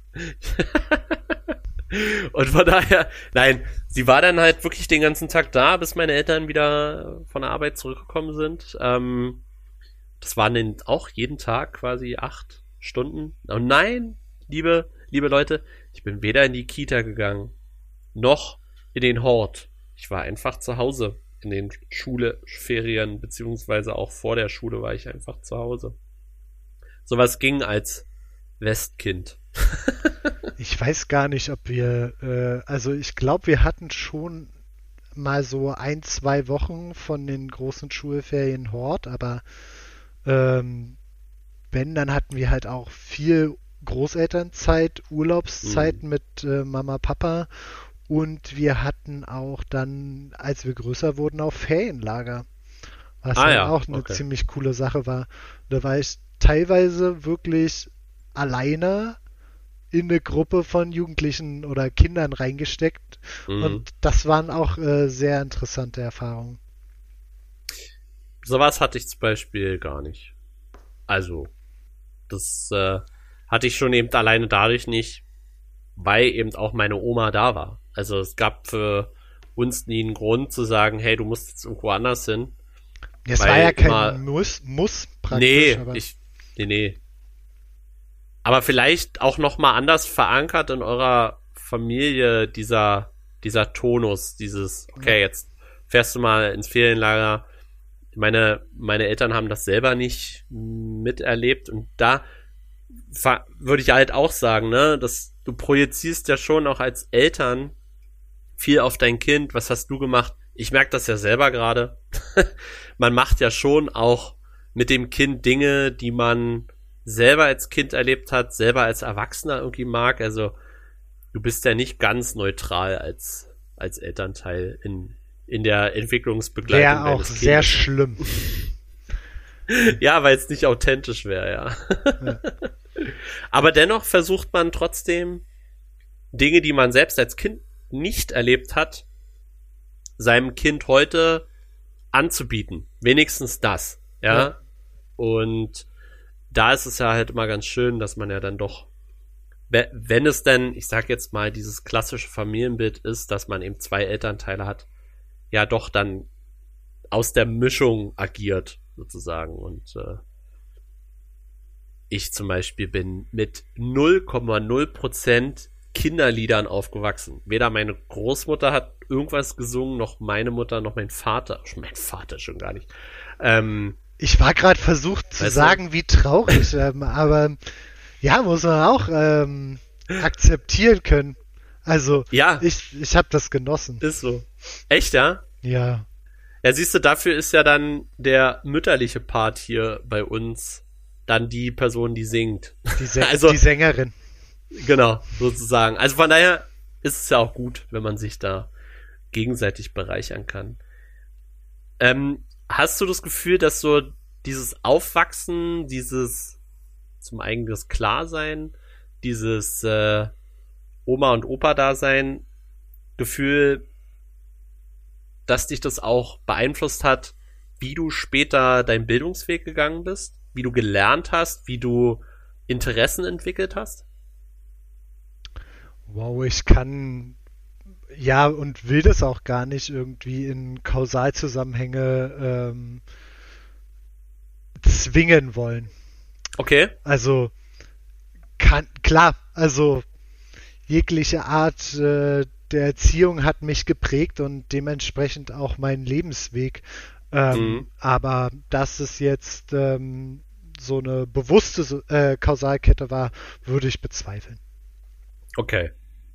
Und von daher, nein, sie war dann halt wirklich den ganzen Tag da, bis meine Eltern wieder von der Arbeit zurückgekommen sind. Ähm, das waren dann auch jeden Tag quasi acht Stunden. Und nein, liebe, liebe Leute, ich bin weder in die Kita gegangen, noch in den Hort. Ich war einfach zu Hause in den Schuleferien, beziehungsweise auch vor der Schule war ich einfach zu Hause. Sowas ging als Westkind. Ich weiß gar nicht, ob wir, äh, also ich glaube, wir hatten schon mal so ein, zwei Wochen von den großen Schulferien Hort, aber ähm, wenn, dann hatten wir halt auch viel Großelternzeit, Urlaubszeit Mhm. mit äh, Mama, Papa und wir hatten auch dann, als wir größer wurden, auch Ferienlager, was Ah dann ja, auch eine okay. ziemlich coole Sache war. Da war ich teilweise wirklich alleine in eine Gruppe von Jugendlichen oder Kindern reingesteckt Mhm. und das waren auch äh, sehr interessante Erfahrungen. Sowas hatte ich zum Beispiel gar nicht. Also, das äh, hatte ich schon eben alleine dadurch nicht, weil eben auch meine Oma da war. Also es gab für uns nie einen Grund zu sagen, hey, du musst jetzt irgendwo anders hin. Es Weil war ja kein immer- Muss, Muss Nee, praktisch, aber ich, nee, nee. Aber vielleicht auch noch mal anders verankert in eurer Familie dieser, dieser Tonus, dieses, okay, jetzt fährst du mal ins Ferienlager. Meine, meine Eltern haben das selber nicht miterlebt und da fa- würde ich halt auch sagen, ne, dass du projizierst ja schon auch als Eltern viel auf dein Kind. Was hast du gemacht? Ich merke das ja selber gerade. Man macht ja schon auch mit dem Kind Dinge, die man selber als Kind erlebt hat, selber als Erwachsener irgendwie mag. Also du bist ja nicht ganz neutral als, als Elternteil in, in der Entwicklungsbegleitung wäre auch deines sehr Kindes. schlimm. Ja, weil es nicht authentisch wäre, ja. Ja. Aber dennoch versucht man trotzdem Dinge, die man selbst als Kind nicht erlebt hat, seinem Kind heute anzubieten. Wenigstens das, ja. Ja. Und da ist es ja halt immer ganz schön, dass man ja dann doch, we- wenn es denn, ich sag jetzt mal, dieses klassische Familienbild ist, dass man eben zwei Elternteile hat, ja doch dann aus der Mischung agiert, sozusagen. Und äh, ich zum Beispiel bin mit null Komma null Prozent Kinderliedern aufgewachsen. Weder meine Großmutter hat irgendwas gesungen, noch meine Mutter, noch mein Vater. Mein Vater schon gar nicht. Ähm, Ich war gerade versucht zu Weißt du? sagen, wie traurig, ähm, aber ja, muss man auch ähm, akzeptieren können. Also, ja, ich, ich habe das genossen. ist so. Echt, ja? Ja, Ja, siehst du, dafür ist ja dann der mütterliche Part hier bei uns dann die Person, die singt. die, Sä Also- die Sängerin. Genau, sozusagen. Also von daher ist es ja auch gut, wenn man sich da gegenseitig bereichern kann. Ähm, hast du das Gefühl, dass so dieses Aufwachsen, dieses zum einen das Klarsein, dieses äh, Oma- und Opa-Dasein, Gefühl, dass dich das auch beeinflusst hat, wie du später deinen Bildungsweg gegangen bist, wie du gelernt hast, wie du Interessen entwickelt hast? Wow, ich kann ja und will das auch gar nicht irgendwie in Kausalzusammenhänge ähm, zwingen wollen. Okay. Also kann klar, also jegliche Art äh, der Erziehung hat mich geprägt und dementsprechend auch mein Lebensweg. Ähm, Mhm. aber dass es jetzt ähm, so eine bewusste äh, Kausalkette war, würde ich bezweifeln. Okay.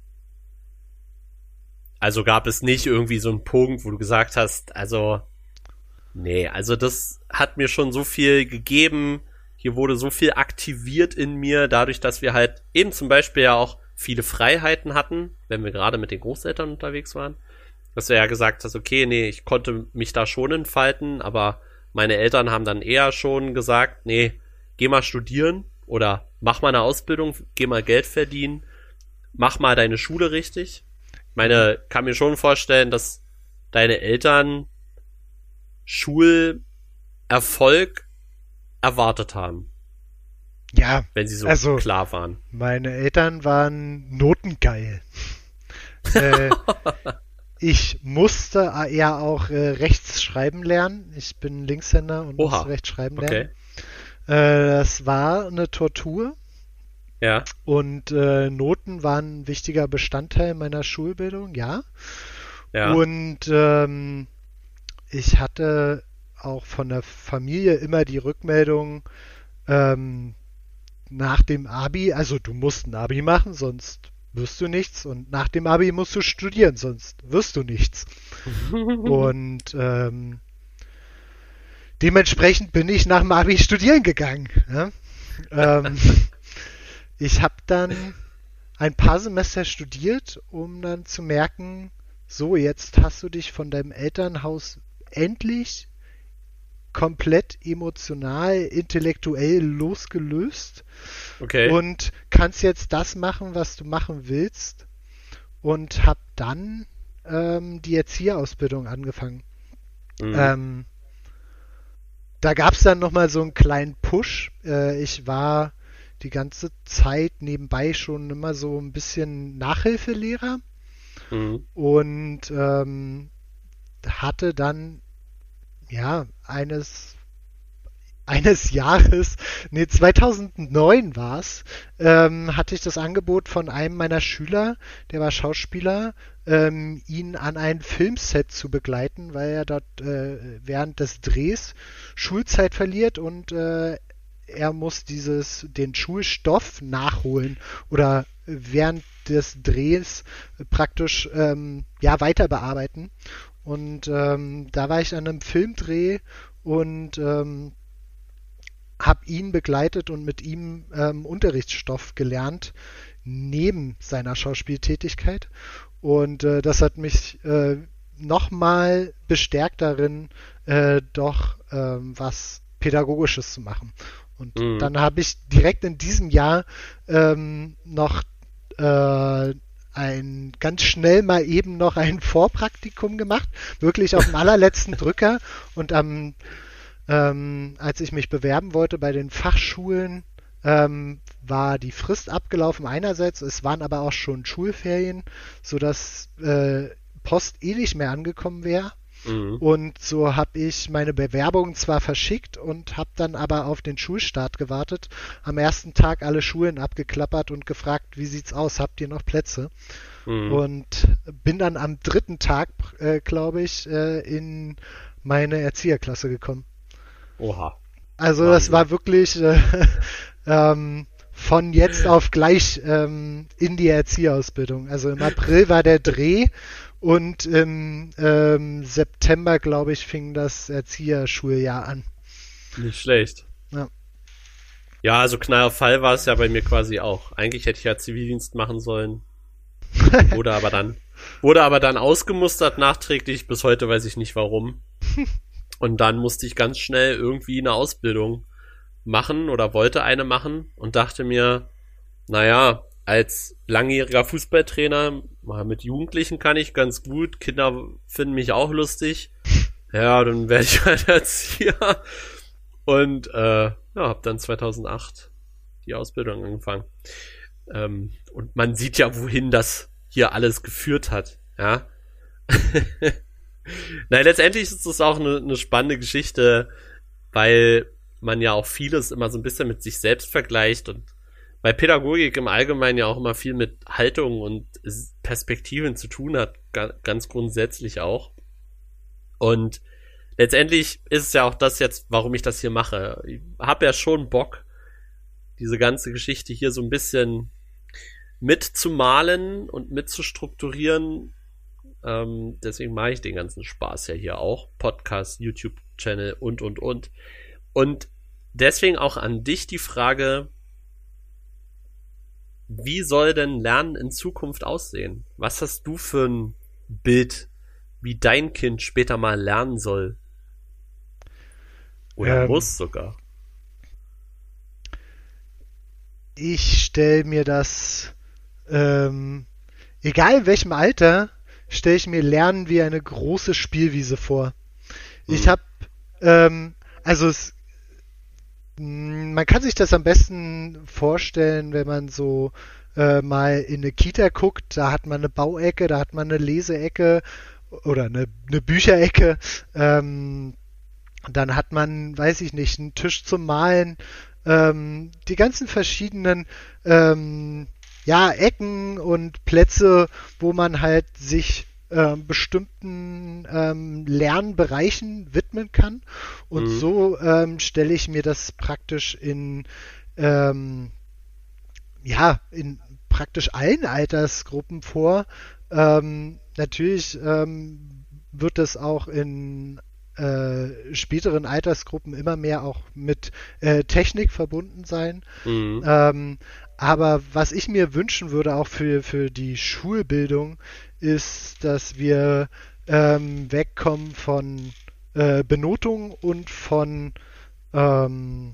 Also gab es nicht irgendwie so einen Punkt, wo du gesagt hast, also, nee, also das hat mir schon so viel gegeben, hier wurde so viel aktiviert in mir, dadurch, dass wir halt eben zum Beispiel ja auch viele Freiheiten hatten, wenn wir gerade mit den Großeltern unterwegs waren, dass du ja gesagt hast, okay, nee, ich konnte mich da schon entfalten, aber meine Eltern haben dann eher schon gesagt, nee, geh mal studieren oder mach mal eine Ausbildung, geh mal Geld verdienen, mach mal deine Schule richtig. Ich meine, kann mir schon vorstellen, dass deine Eltern Schulerfolg erwartet haben, Ja, wenn sie so also klar waren. meine Eltern waren notengeil. äh, ich musste ja auch äh, Rechtschreiben lernen. Ich bin Linkshänder und Oha, musste Rechtschreiben okay. lernen. Äh, das war eine Tortur Ja, und äh, Noten waren ein wichtiger Bestandteil meiner Schulbildung, ja. ja, Und ähm, ich hatte auch von der Familie immer die Rückmeldung, ähm, nach dem Abi, also du musst ein Abi machen, sonst wirst du nichts. Und nach dem Abi musst du studieren, sonst wirst du nichts. Und ähm, dementsprechend bin ich nach dem Abi studieren gegangen. Ja? Ähm, ich habe dann ein paar Semester studiert, um dann zu merken, so, jetzt hast du dich von deinem Elternhaus endlich komplett emotional, intellektuell losgelöst okay. und kannst jetzt das machen, was du machen willst, und habe dann ähm, die Erzieherausbildung angefangen. Mhm. Ähm, da gab es dann nochmal so einen kleinen Push. Äh, ich war die ganze Zeit nebenbei schon immer so ein bisschen Nachhilfelehrer Mhm. und ähm, hatte dann ja eines eines Jahres, nee, zweitausendneun war's, ähm, hatte ich das Angebot von einem meiner Schüler, der war Schauspieler, ähm, ihn an ein Filmset zu begleiten, weil er dort äh, während des Drehs Schulzeit verliert und äh, er muss dieses, den Schulstoff nachholen oder während des Drehs praktisch ähm, ja weiter bearbeiten. Und ähm, da war ich an einem Filmdreh und ähm, habe ihn begleitet und mit ihm ähm, Unterrichtsstoff gelernt neben seiner Schauspieltätigkeit. Und äh, das hat mich äh, nochmal bestärkt darin, äh, doch ähm, was Pädagogisches zu machen. Und Mhm. dann habe ich direkt in diesem Jahr ähm, noch äh, ein ganz schnell mal eben noch ein Vorpraktikum gemacht, wirklich auf dem allerletzten Drücker. Und am ähm, als ich mich bewerben wollte bei den Fachschulen, ähm, war die Frist abgelaufen einerseits, es waren aber auch schon Schulferien, sodass äh, Post eh nicht mehr angekommen wäre. Mhm. Und so habe ich meine Bewerbung zwar verschickt und habe dann aber auf den Schulstart gewartet, am ersten Tag alle Schulen abgeklappert und gefragt, wie sieht's aus, habt ihr noch Plätze? Mhm. Und bin dann am dritten Tag, äh, glaube ich, äh, in meine Erzieherklasse gekommen. Oha. Also Wahnsinn. das war wirklich äh, ähm, von jetzt auf gleich ähm, in die Erzieherausbildung. Also im April war der Dreh und im ähm, September, glaube ich, fing das Erzieherschuljahr an. Nicht schlecht. Ja. Ja, also Knall auf Fall war es ja bei mir quasi auch. Eigentlich hätte ich ja Zivildienst machen sollen. Wurde aber dann, wurde aber dann ausgemustert nachträglich. Bis heute weiß ich nicht warum. Und dann musste ich ganz schnell irgendwie eine Ausbildung machen oder wollte eine machen und dachte mir, naja, als langjähriger Fußballtrainer, mal mit Jugendlichen kann ich ganz gut, Kinder finden mich auch lustig. Ja, dann werde ich halt Erzieher. Und äh, ja, habe dann zweitausendacht die Ausbildung angefangen. Ähm, und man sieht ja, wohin das hier alles geführt hat. Ja. Nein, letztendlich ist es auch eine, eine spannende Geschichte, weil man ja auch vieles immer so ein bisschen mit sich selbst vergleicht und weil Pädagogik im Allgemeinen ja auch immer viel mit Haltung und Perspektiven zu tun hat, ganz grundsätzlich auch. Und letztendlich ist es ja auch das jetzt, warum ich das hier mache. Ich habe ja schon Bock, diese ganze Geschichte hier so ein bisschen mitzumalen und mitzustrukturieren. Ähm, deswegen mache ich den ganzen Spaß ja hier auch. Podcast, YouTube-Channel und, und, und. Und deswegen auch an dich die Frage, wie soll denn Lernen in Zukunft aussehen? Was hast du für ein Bild, wie dein Kind später mal lernen soll? Oder ähm, muss sogar? Ich stelle mir das, ähm, egal in welchem Alter, stelle ich mir Lernen wie eine große Spielwiese vor. Hm. Ich habe, ähm, also es, man kann sich das am besten vorstellen, wenn man so äh, mal in eine Kita guckt, da hat man eine Bauecke, da hat man eine Leseecke oder eine, eine Bücherecke, ähm, dann hat man, weiß ich nicht, einen Tisch zum Malen, ähm, die ganzen verschiedenen ähm, ja, Ecken und Plätze, wo man halt sich ähm, bestimmten ähm, Lernbereichen widmen kann. Und mhm. so ähm, stelle ich mir das praktisch in ähm, ja, in praktisch allen Altersgruppen vor. Ähm, natürlich ähm, wird das auch in äh, späteren Altersgruppen immer mehr auch mit äh, Technik verbunden sein. Mhm. Ähm, aber was ich mir wünschen würde, auch für, für die Schulbildung, ist, dass wir ähm, wegkommen von äh, Benotung und von, ähm,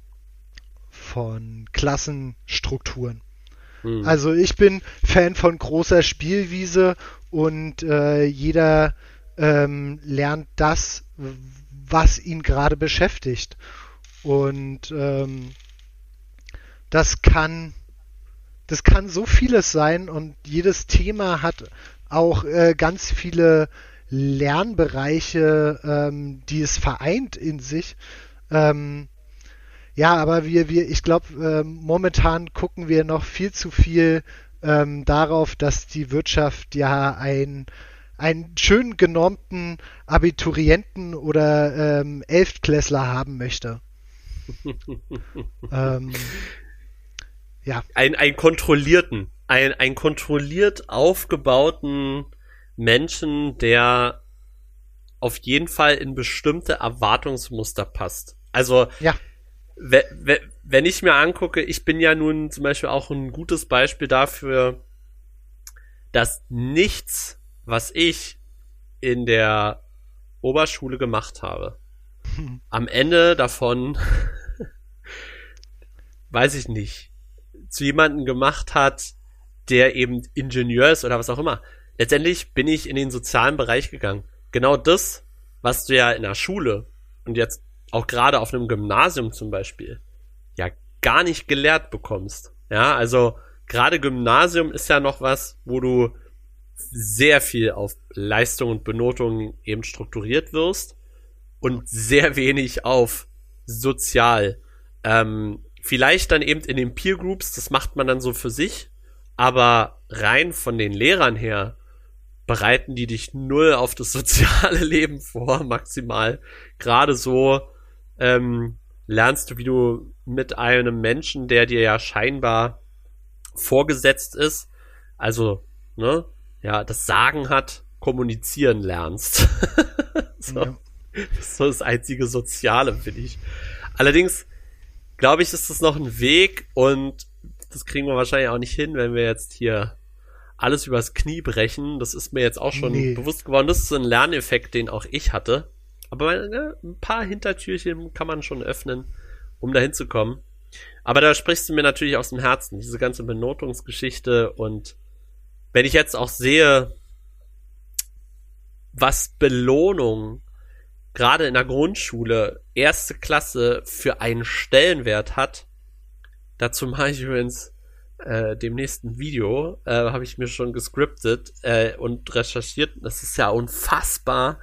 von Klassenstrukturen. Mhm. Also ich bin Fan von großer Spielwiese und äh, jeder ähm, lernt das, was ihn gerade beschäftigt. Und ähm, das kann das kann so vieles sein und jedes Thema hat auch äh, ganz viele Lernbereiche, ähm, die es vereint in sich. Ähm, ja, aber wir, wir, ich glaube, ähm, momentan gucken wir noch viel zu viel ähm, darauf, dass die Wirtschaft ja ein einen schön genormten Abiturienten oder ähm, Elftklässler haben möchte. ähm, ja. Ein, ein kontrollierten, ein, ein kontrolliert aufgebauten Menschen, der auf jeden Fall in bestimmte Erwartungsmuster passt. Also, ja. we, we, wenn ich mir angucke, ich bin ja nun zum Beispiel auch ein gutes Beispiel dafür, dass nichts, was ich in der Oberschule gemacht habe, hm. am Ende davon, weiß ich nicht, zu jemandem gemacht hat, der eben Ingenieur ist oder was auch immer. Letztendlich bin ich in den sozialen Bereich gegangen. Genau das, was du ja in der Schule und jetzt auch gerade auf einem Gymnasium zum Beispiel ja gar nicht gelehrt bekommst. Ja, also gerade Gymnasium ist ja noch was, wo du sehr viel auf Leistung und Benotung eben strukturiert wirst und sehr wenig auf sozial. Ähm, vielleicht dann eben in den Peer Groups, das macht man dann so für sich, aber rein von den Lehrern her bereiten die dich null auf das soziale Leben vor, maximal. Gerade so ähm, lernst du, wie du mit einem Menschen, der dir ja scheinbar vorgesetzt ist, also, ne, ja, das Sagen hat, kommunizieren lernst. so. Ja. Das ist so das einzige Soziale, finde ich. Allerdings, glaube ich, ist das noch ein Weg und das kriegen wir wahrscheinlich auch nicht hin, wenn wir jetzt hier alles übers Knie brechen. Das ist mir jetzt auch schon nee. bewusst geworden. Das ist so ein Lerneffekt, den auch ich hatte. Aber ne, ein paar Hintertürchen kann man schon öffnen, um da hinzukommen. Aber da sprichst du mir natürlich aus dem Herzen, diese ganze Benotungsgeschichte. Und wenn ich jetzt auch sehe, was Belohnung gerade in der Grundschule, erste Klasse, für einen Stellenwert hat, dazu mache ich übrigens äh, dem nächsten Video, äh, habe ich mir schon gescriptet äh, und recherchiert. Das ist ja unfassbar.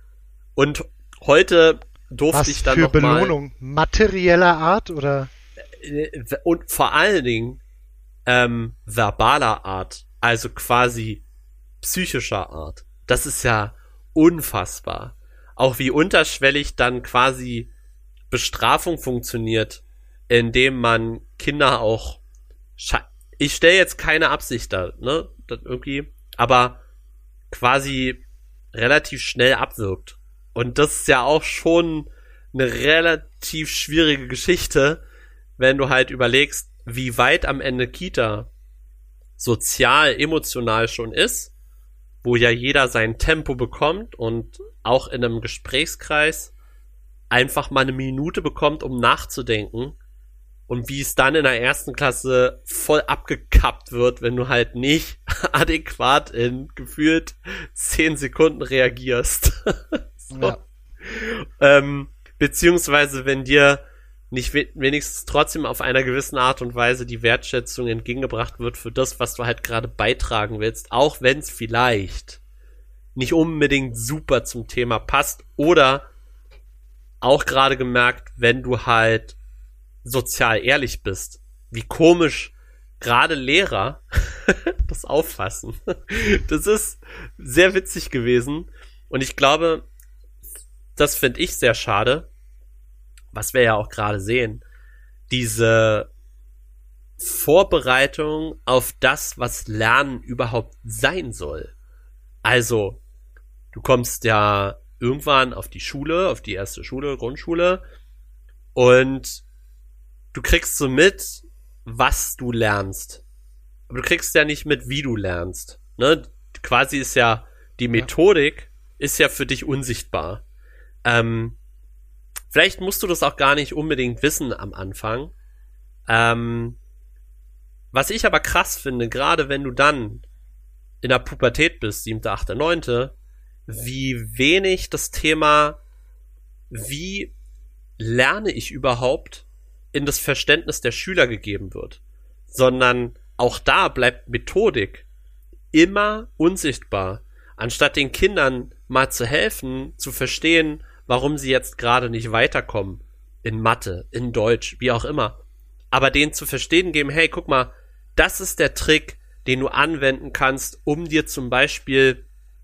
Und heute durfte was ich dann für noch Belohnung? Mal, materieller Art oder? und vor allen Dingen ähm, verbaler Art, also quasi psychischer Art. Das ist ja unfassbar. Auch wie unterschwellig dann quasi Bestrafung funktioniert, indem man Kinder auch sche- ich stelle jetzt keine Absicht da, ne, das irgendwie, aber quasi relativ schnell abwirkt. Und das ist ja auch schon eine relativ schwierige Geschichte, wenn du halt überlegst, wie weit am Ende Kita sozial, emotional schon ist, wo ja jeder sein Tempo bekommt und auch in einem Gesprächskreis einfach mal eine Minute bekommt, um nachzudenken, und wie es dann in der ersten Klasse voll abgekappt wird, wenn du halt nicht adäquat in gefühlt zehn Sekunden reagierst. So. Ja. Ähm, beziehungsweise wenn dir nicht we- wenigstens trotzdem auf einer gewissen Art und Weise die Wertschätzung entgegengebracht wird für das, was du halt gerade beitragen willst, auch wenn es vielleicht nicht unbedingt super zum Thema passt, oder auch gerade gemerkt, wenn du halt sozial ehrlich bist, wie komisch gerade Lehrer das auffassen. Das ist sehr witzig gewesen, und ich glaube, das finde ich sehr schade, was wir ja auch gerade sehen, diese Vorbereitung auf das, was Lernen überhaupt sein soll. Also, du kommst ja irgendwann auf die Schule, auf die erste Schule, Grundschule, und du kriegst so mit, was du lernst. Aber du kriegst ja nicht mit, wie du lernst. Ne? Quasi ist ja, die Methodik ist ja für dich unsichtbar. Ähm, vielleicht musst du das auch gar nicht unbedingt wissen am Anfang. Ähm, was ich aber krass finde, gerade wenn du dann in der Pubertät bist, siebte, achte, neunte, wie wenig das Thema, wie lerne ich überhaupt, in das Verständnis der Schüler gegeben wird. Sondern auch da bleibt Methodik immer unsichtbar. Anstatt den Kindern mal zu helfen, zu verstehen, warum sie jetzt gerade nicht weiterkommen. In Mathe, in Deutsch, wie auch immer. Aber denen zu verstehen geben, hey, guck mal, das ist der Trick, den du anwenden kannst, um dir zum Beispiel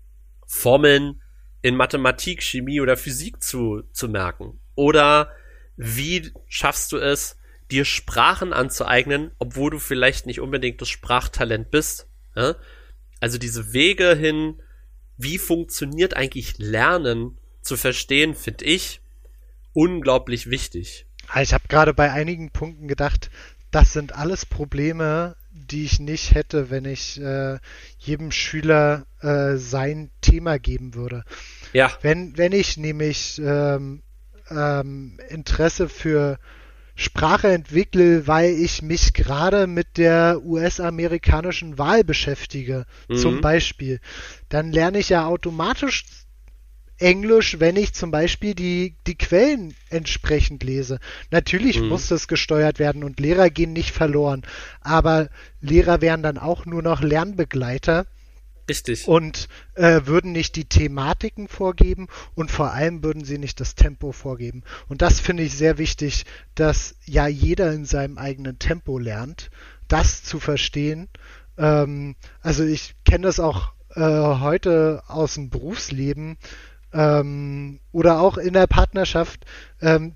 Formeln in Mathematik, Chemie oder Physik zu, zu merken. Oder wie schaffst du es, dir Sprachen anzueignen, obwohl du vielleicht nicht unbedingt das Sprachtalent bist? Ja? Also diese Wege hin, wie funktioniert eigentlich Lernen, zu verstehen, finde ich unglaublich wichtig. Ich habe gerade bei einigen Punkten gedacht, das sind alles Probleme, die ich nicht hätte, wenn ich äh, jedem Schüler äh, sein Thema geben würde. Ja. Wenn, wenn ich nämlich ähm, ähm, Interesse für Sprache entwickle, weil ich mich gerade mit der U S-amerikanischen Wahl beschäftige, Mhm. zum Beispiel, dann lerne ich ja automatisch Englisch, wenn ich zum Beispiel die, die Quellen entsprechend lese. Natürlich Mhm. muss das gesteuert werden und Lehrer gehen nicht verloren, aber Lehrer wären dann auch nur noch Lernbegleiter Richtig. und äh, würden nicht die Thematiken vorgeben und vor allem würden sie nicht das Tempo vorgeben. Und das finde ich sehr wichtig, dass ja jeder in seinem eigenen Tempo lernt, das zu verstehen. Ähm, also ich kenne das auch äh, heute aus dem Berufsleben ähm, oder auch in der Partnerschaft. Ähm,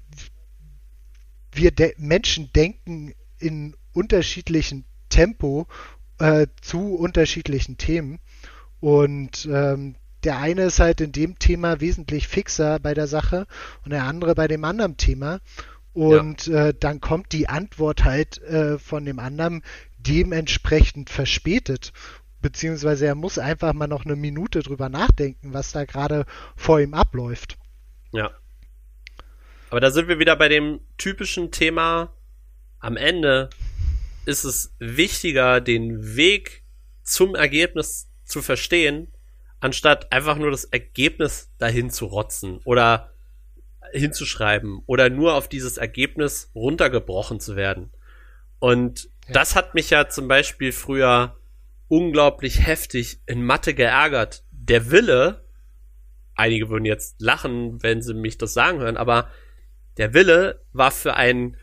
wir de- Menschen denken in unterschiedlichen Tempo äh, zu unterschiedlichen Themen. Und ähm, der eine ist halt in dem Thema wesentlich fixer bei der Sache und der andere bei dem anderen Thema. Und äh, dann kommt die Antwort halt äh, von dem anderen dementsprechend verspätet. Beziehungsweise er muss einfach mal noch eine Minute drüber nachdenken, was da gerade vor ihm abläuft. Ja. Aber da sind wir wieder bei dem typischen Thema. Am Ende ist es wichtiger, den Weg zum Ergebnis zu verstehen, anstatt einfach nur das Ergebnis dahin zu rotzen oder hinzuschreiben oder nur auf dieses Ergebnis runtergebrochen zu werden. Und Ja. das hat mich ja zum Beispiel früher unglaublich heftig in Mathe geärgert. Der Wille, einige würden jetzt lachen, wenn sie mich das sagen hören, aber der Wille war für einen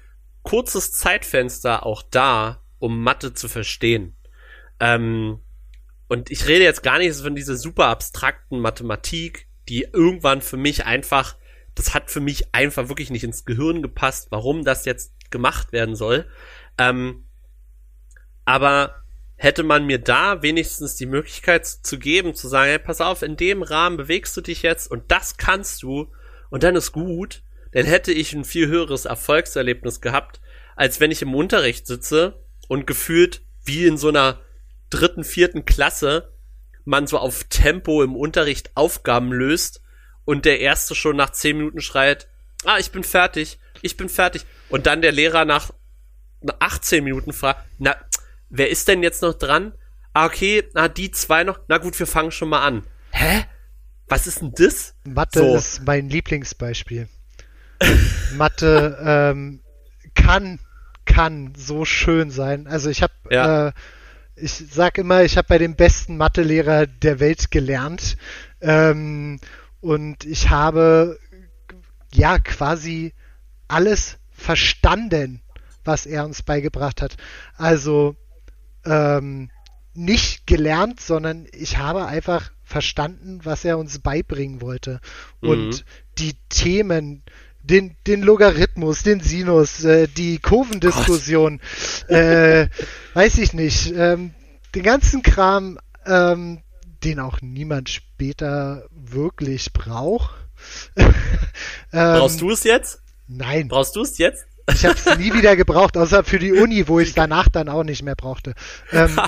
kurzes Zeitfenster auch da, um Mathe zu verstehen. Ähm, und ich rede jetzt gar nicht von dieser super abstrakten Mathematik, die irgendwann für mich einfach, das hat für mich einfach wirklich nicht ins Gehirn gepasst, warum das jetzt gemacht werden soll. Ähm, aber hätte man mir da wenigstens die Möglichkeit zu geben, zu sagen, hey, pass auf, in dem Rahmen bewegst du dich jetzt und das kannst du und dann ist gut, dann hätte ich ein viel höheres Erfolgserlebnis gehabt, als wenn ich im Unterricht sitze und gefühlt wie in so einer dritten, vierten Klasse man so auf Tempo im Unterricht Aufgaben löst und der Erste schon nach zehn Minuten schreit, ah, ich bin fertig, ich bin fertig. Und dann der Lehrer nach achtzehn Minuten fragt, na, wer ist denn jetzt noch dran? Ah, okay, na, die zwei noch. Na gut, wir fangen schon mal an. Hä? Was ist denn das? Mathe so. ist mein Lieblingsbeispiel. Mathe ähm, kann, kann so schön sein. Also ich habe, ja. äh, ich sag immer, ich habe bei dem besten Mathelehrer der Welt gelernt. Ähm, und ich habe ja quasi alles verstanden, was er uns beigebracht hat. Also ähm, nicht gelernt, sondern ich habe einfach verstanden, was er uns beibringen wollte. Und mhm. die Themen, den, den Logarithmus, den Sinus, äh, die Kurvendiskussion, äh, weiß ich nicht, ähm, den ganzen Kram, ähm, den auch niemand später wirklich braucht. ähm, Brauchst du es jetzt? Nein. Brauchst du es jetzt? Ich habe es nie wieder gebraucht, außer für die Uni, wo ich es danach dann auch nicht mehr brauchte. Ähm,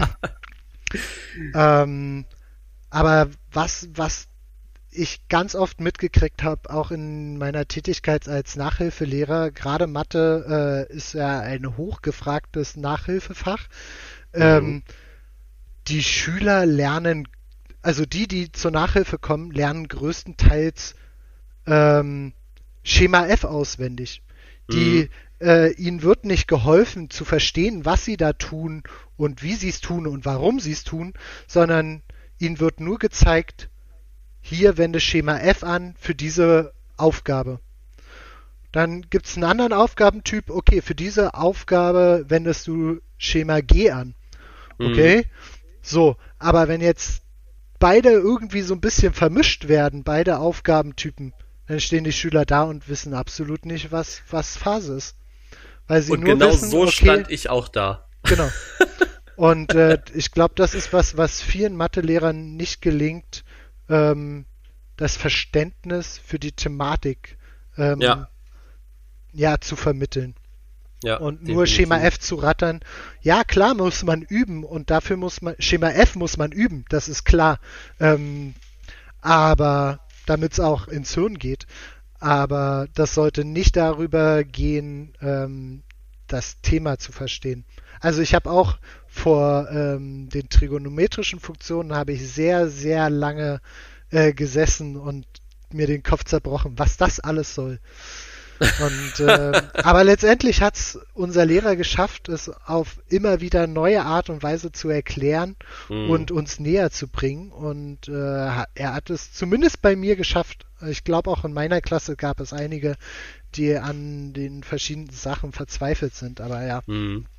ähm, aber was, was ich ganz oft mitgekriegt habe, auch in meiner Tätigkeit als Nachhilfelehrer, gerade Mathe äh, ist ja ein hochgefragtes Nachhilfefach. Mhm. Ähm, die Schüler lernen, also die, die zur Nachhilfe kommen, lernen größtenteils ähm, Schema F auswendig. Die, mhm. äh, ihnen wird nicht geholfen zu verstehen, was sie da tun und wie sie es tun und warum sie es tun, sondern ihnen wird nur gezeigt, hier wende Schema F an für diese Aufgabe. Dann gibt es einen anderen Aufgabentyp, okay, für diese Aufgabe wendest du Schema G an. Okay? Mhm. So, aber wenn jetzt beide irgendwie so ein bisschen vermischt werden, beide Aufgabentypen, dann stehen die Schüler da und wissen absolut nicht, was, was Phase ist. Weil sie und nur genau wissen, so okay, stand ich auch da. Genau. Und äh, ich glaube, das ist was, was vielen Mathelehrern nicht gelingt, ähm, das Verständnis für die Thematik ähm, ja. ja, zu vermitteln. Ja, und nur definitiv. Schema F zu rattern. Ja, klar muss man üben und dafür muss man, Schema F muss man üben, das ist klar. Ähm, aber damit es auch ins Hirn geht. Aber das sollte nicht darüber gehen, ähm, das Thema zu verstehen. Also ich habe auch vor ähm, den trigonometrischen Funktionen habe ich sehr, sehr lange äh, gesessen und mir den Kopf zerbrochen, was das alles soll. Und äh, aber letztendlich hat es unser Lehrer geschafft, es auf immer wieder neue Art und Weise zu erklären mhm. und uns näher zu bringen. Und äh, er hat es zumindest bei mir geschafft. Ich glaube, auch in meiner Klasse gab es einige, die an den verschiedenen Sachen verzweifelt sind. Aber ja. Mhm.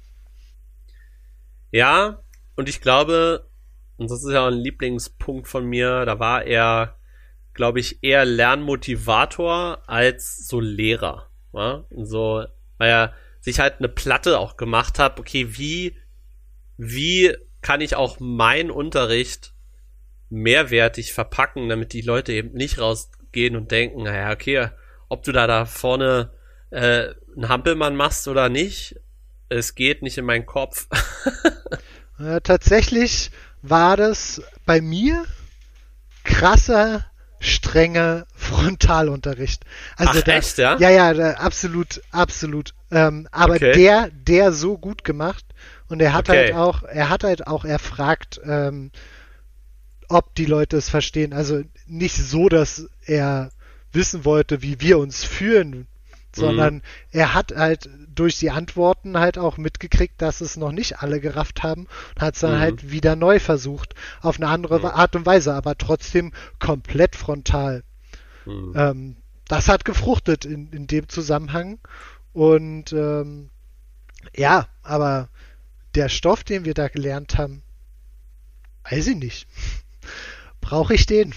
Ja, und ich glaube, und das ist ja ein Lieblingspunkt von mir, da war er, glaube ich, eher Lernmotivator als so Lehrer. Ja? So, weil er sich halt eine Platte auch gemacht hat, okay, wie, wie kann ich auch meinen Unterricht mehrwertig verpacken, damit die Leute eben nicht rausgehen und denken, naja, okay, ob du da da vorne äh, einen Hampelmann machst oder nicht, es geht nicht in meinen Kopf. Ja, tatsächlich war das bei mir krasser, strenger Frontalunterricht. Also Ach, da, echt, ja? Ja, ja, da, absolut, absolut. Ähm, aber okay. der, der so gut gemacht und er hat okay. halt auch, er hat halt auch erfragt, ähm, ob die Leute es verstehen. Also nicht so, dass er wissen wollte, wie wir uns fühlen, sondern mhm. er hat halt durch die Antworten halt auch mitgekriegt, dass es noch nicht alle gerafft haben und hat es dann mhm. halt wieder neu versucht, auf eine andere mhm. Art und Weise, aber trotzdem komplett frontal. Mhm. Ähm, das hat gefruchtet in, in dem Zusammenhang Und ähm, ja, aber der Stoff, den wir da gelernt haben, weiß ich nicht. Brauche ich den?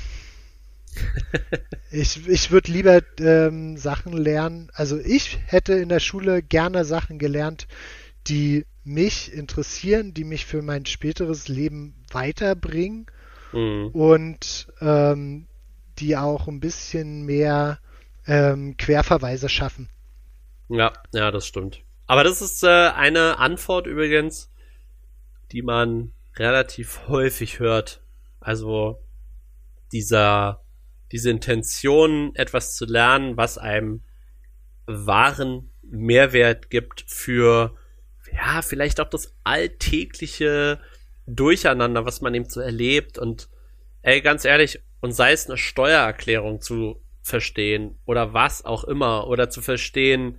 Ich, ich würde lieber ähm, Sachen lernen. Also ich hätte in der Schule gerne Sachen gelernt, die mich interessieren, die mich für mein späteres Leben weiterbringen Mhm. und ähm, die auch ein bisschen mehr ähm, Querverweise schaffen. Ja, ja, das stimmt. Aber das ist äh, eine Antwort übrigens, die man relativ häufig hört. Also dieser, diese Intention, etwas zu lernen, was einem wahren Mehrwert gibt für, ja, vielleicht auch das alltägliche Durcheinander, was man eben so erlebt. Und ey, ganz ehrlich, und sei es eine Steuererklärung zu verstehen oder was auch immer, oder zu verstehen,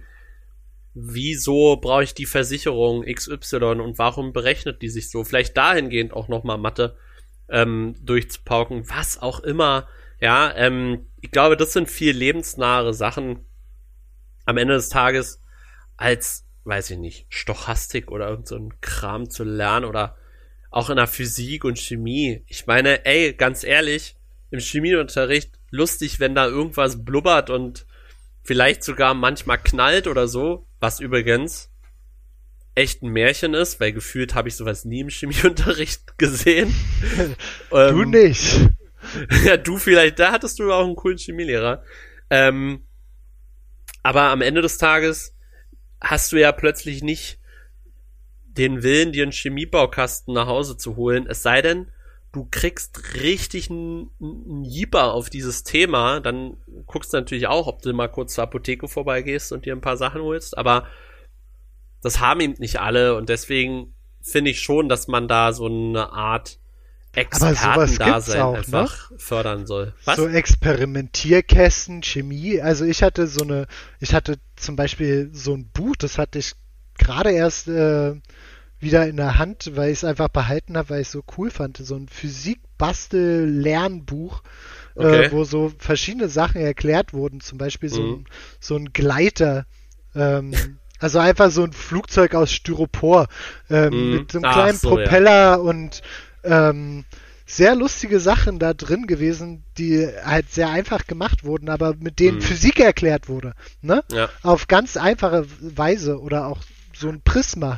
wieso brauche ich die Versicherung X Y und warum berechnet die sich so? Vielleicht dahingehend auch nochmal Mathe ähm, durchzupauken, was auch immer. Ja, ähm, ich glaube, das sind viel lebensnahe Sachen am Ende des Tages als, weiß ich nicht, Stochastik oder irgend so ein Kram zu lernen oder auch in der Physik und Chemie. Ich meine, ey, ganz ehrlich, im Chemieunterricht lustig, wenn da irgendwas blubbert und vielleicht sogar manchmal knallt oder so, was übrigens echt ein Märchen ist, weil gefühlt habe ich sowas nie im Chemieunterricht gesehen. Du ähm, nicht. Ja, du vielleicht, da hattest du auch einen coolen Chemielehrer. Ähm, aber am Ende des Tages hast du ja plötzlich nicht den Willen, dir einen Chemiebaukasten nach Hause zu holen, es sei denn, du kriegst richtig einen, einen Jeeper auf dieses Thema, dann guckst du natürlich auch, ob du mal kurz zur Apotheke vorbeigehst und dir ein paar Sachen holst, aber das haben eben nicht alle und deswegen finde ich schon, dass man da so eine Art Expertendasein einfach ne? fördern soll. Was? So Experimentierkästen, Chemie, also ich hatte so eine, ich hatte zum Beispiel so ein Buch, das hatte ich gerade erst äh, wieder in der Hand, weil ich es einfach behalten habe, weil ich es so cool fand. So ein Physik-Bastel-Lernbuch, okay. äh, wo so verschiedene Sachen erklärt wurden. Zum Beispiel so, Mhm. ein, so ein Gleiter. Ähm, also einfach so ein Flugzeug aus Styropor ähm, Mhm. mit so einem Ach kleinen so, Propeller ja. und ähm, sehr lustige Sachen da drin gewesen, die halt sehr einfach gemacht wurden, aber mit denen Mhm. Physik erklärt wurde. Ne? Ja. Auf ganz einfache Weise oder auch so ein Prisma.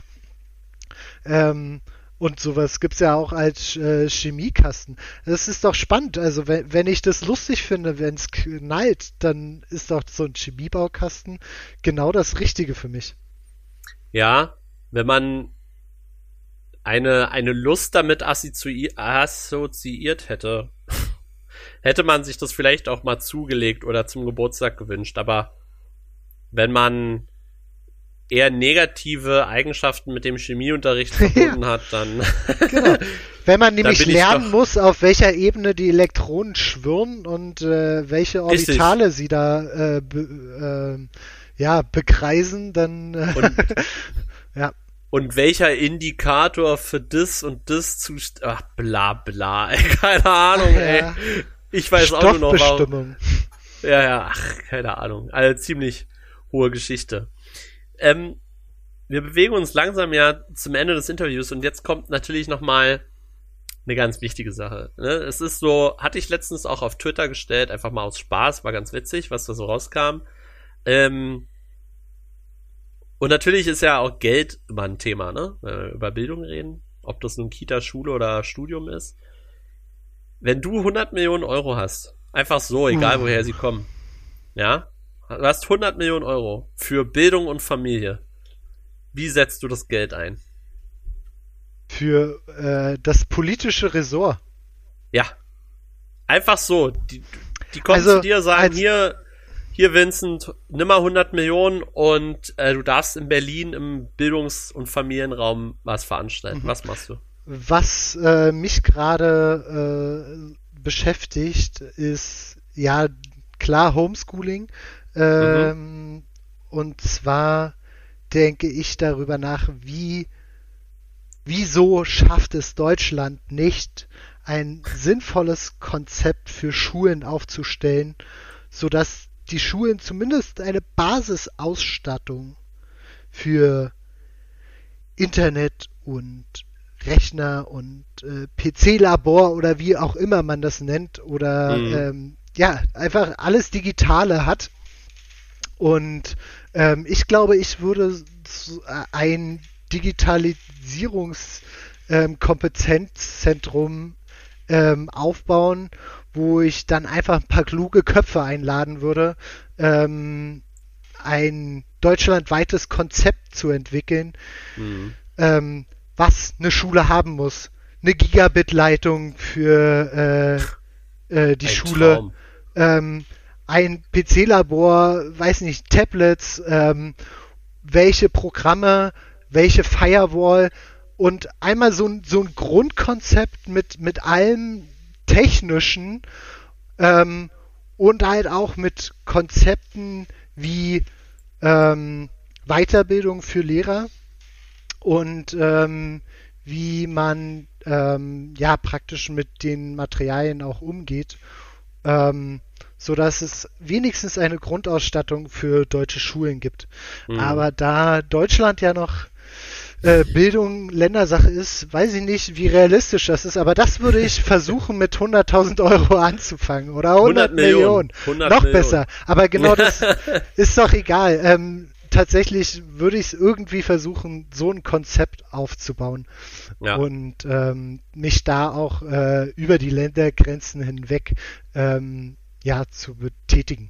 Ähm, und sowas gibt's ja auch als äh, Chemiekasten. Das ist doch spannend. Also wenn, wenn ich das lustig finde, wenn es knallt, dann ist doch so ein Chemiebaukasten genau das Richtige für mich. Ja, wenn man eine, eine Lust damit assozi- assoziiert hätte, hätte man sich das vielleicht auch mal zugelegt oder zum Geburtstag gewünscht. Aber wenn man eher negative Eigenschaften mit dem Chemieunterricht verbunden Ja. hat, dann Genau. Wenn man nämlich bin ich lernen doch- muss, auf welcher Ebene die Elektronen schwirren und äh, welche Richtig. Orbitale sie da äh, be, äh, ja, bekreisen, dann äh, Und- ja. und welcher Indikator für das und das zu... Ach, bla bla, ey, keine Ahnung, ey. Ja. Ich weiß auch nur noch, warum... Stoffbestimmung. Ja, ja, ach, keine Ahnung. Also ziemlich hohe Geschichte. Ähm, wir bewegen uns langsam ja zum Ende des Interviews und jetzt kommt natürlich nochmal eine ganz wichtige Sache. Ne? Es ist so, hatte ich letztens auch auf Twitter gestellt, einfach mal aus Spaß, war ganz witzig, was da so rauskam. Ähm, und natürlich ist ja auch Geld immer ein Thema, ne? Wenn wir über Bildung reden, ob das nun Kita, Schule oder Studium ist. Wenn du hundert Millionen Euro hast, einfach so, egal Uh. woher sie kommen, ja? Du hast hundert Millionen Euro für Bildung und Familie. Wie setzt du das Geld ein? Für äh, das politische Ressort. Ja. Einfach so. Die, die kommen Also, zu dir, sagen, als- hier, hier Vincent, nimm mal hundert Millionen und äh, du darfst in Berlin im Bildungs- und Familienraum was veranstalten. Mhm. Was machst du? Was äh, mich gerade äh, beschäftigt, ist ja klar Homeschooling. Ähm, Und zwar denke ich darüber nach, wie wieso schafft es Deutschland nicht, ein sinnvolles Konzept für Schulen aufzustellen, sodass die Schulen zumindest eine Basisausstattung für Internet und Rechner und äh, P C-Labor oder wie auch immer man das nennt oder Mhm. ähm, ja, einfach alles Digitale hat. Und ähm, ich glaube, ich würde so ein Digitalisierungskompetenzzentrum ähm, aufbauen, wo ich dann einfach ein paar kluge Köpfe einladen würde, ähm, ein deutschlandweites Konzept zu entwickeln, Mhm. ähm, was eine Schule haben muss. Eine Gigabit-Leitung für äh, äh, die Ein Schule, Traum. ähm, ein P C-Labor, weiß nicht, Tablets, ähm, welche Programme, welche Firewall und einmal so ein, so ein Grundkonzept mit, mit allem Technischen ähm, und halt auch mit Konzepten wie ähm, Weiterbildung für Lehrer und ähm, wie man ähm, ja praktisch mit den Materialien auch umgeht, ähm, so dass es wenigstens eine Grundausstattung für deutsche Schulen gibt. Mhm. Aber da Deutschland ja noch äh, Bildung Ländersache ist, weiß ich nicht, wie realistisch das ist, aber das würde ich versuchen mit hunderttausend Euro anzufangen oder hundert Millionen. hundert Noch Millionen. besser. Aber genau das ist doch egal. Ähm, tatsächlich würde ich es irgendwie versuchen, so ein Konzept aufzubauen Ja. und ähm, mich da auch äh, über die Ländergrenzen hinweg ähm, ja, zu betätigen.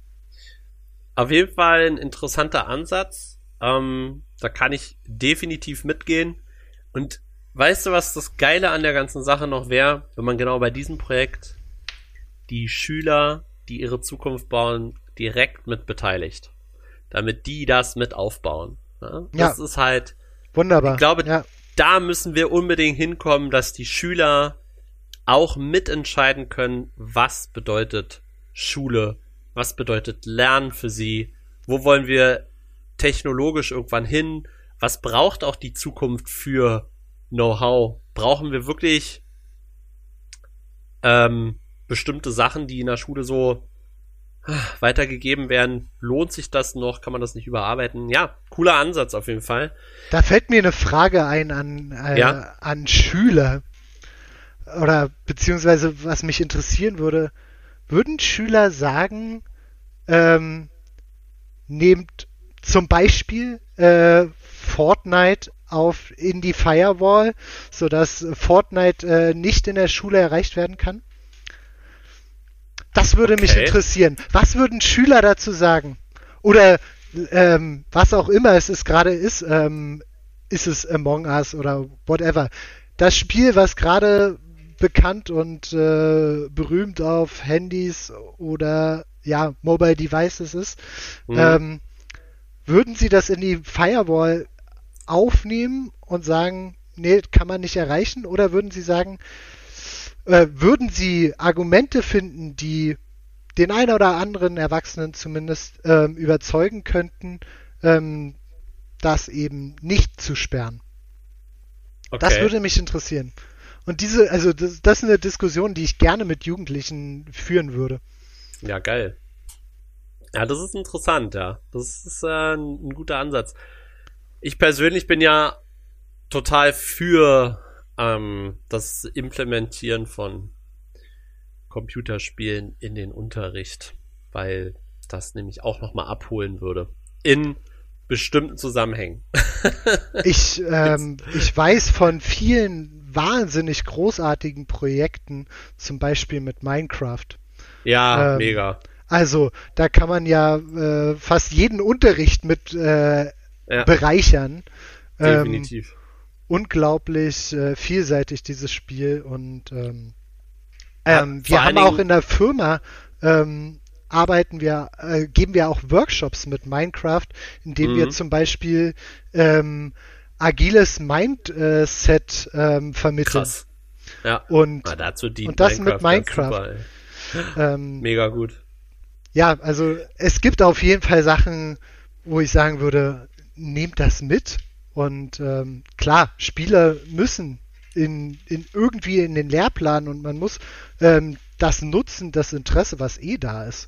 Auf jeden Fall ein interessanter Ansatz. Ähm, da kann ich definitiv mitgehen. Und weißt du, was das Geile an der ganzen Sache noch wäre, wenn man genau bei diesem Projekt die Schüler, die ihre Zukunft bauen, direkt mit beteiligt, damit die das mit aufbauen. Ja? Das Ja. ist halt, Wunderbar. ich glaube, ja. da müssen wir unbedingt hinkommen, dass die Schüler auch mitentscheiden können, was bedeutet Schule, was bedeutet Lernen für sie, wo wollen wir technologisch irgendwann hin, was braucht auch die Zukunft für Know-how? Brauchen wir wirklich ähm, bestimmte Sachen, die in der Schule so weitergegeben werden? Lohnt sich das noch? Kann man das nicht überarbeiten? Ja, cooler Ansatz auf jeden Fall. Da fällt mir eine Frage ein an, äh, Ja. an Schüler. Oder beziehungsweise was mich interessieren würde, würden Schüler sagen, ähm, nehmt zum Beispiel äh, Fortnite auf in die Firewall, sodass Fortnite äh, nicht in der Schule erreicht werden kann? Das würde mich Okay. interessieren. Was würden Schüler dazu sagen? Oder ähm, was auch immer es ist gerade ist, ähm, ist es Among Us oder whatever. Das Spiel, was gerade bekannt und äh, berühmt auf Handys oder ja, Mobile Devices ist, Mhm. ähm, würden Sie das in die Firewall aufnehmen und sagen, nee, kann man nicht erreichen? Oder würden Sie sagen, äh, würden Sie Argumente finden, die den einen oder anderen Erwachsenen zumindest ähm, überzeugen könnten, ähm, das eben nicht zu sperren? Okay. Das würde mich interessieren. Und diese, also das, das ist eine Diskussion, die ich gerne mit Jugendlichen führen würde. Ja, geil. Ja, das ist interessant, ja. Das ist äh, ein, ein guter Ansatz. Ich persönlich bin ja total für ähm, das Implementieren von Computerspielen in den Unterricht, weil das nämlich auch nochmal abholen würde. In bestimmten Zusammenhängen. Ich, ähm, ich weiß von vielen wahnsinnig großartigen Projekten, zum Beispiel mit Minecraft. Ja, Ähm, mega. Also, da kann man ja äh, fast jeden Unterricht mit äh, Ja, bereichern. Ähm, definitiv. unglaublich äh, vielseitig, dieses Spiel. Und ähm, Ja, ähm, vor wir allen haben auch Dingen- in der Firma ähm, arbeiten wir, äh, geben wir auch Workshops mit Minecraft, indem wir Mhm. zum Beispiel ähm, agiles Mindset ähm, vermitteln. Krass. Ja. Und Na, dazu dient und das mit ganz Minecraft. super, ey. ähm, Mega gut. ja, also es gibt auf jeden Fall Sachen, wo ich sagen würde, nehmt das mit. Und ähm, klar, Spieler müssen in, in irgendwie in den Lehrplan und man muss ähm, das nutzen, das Interesse, was eh da ist.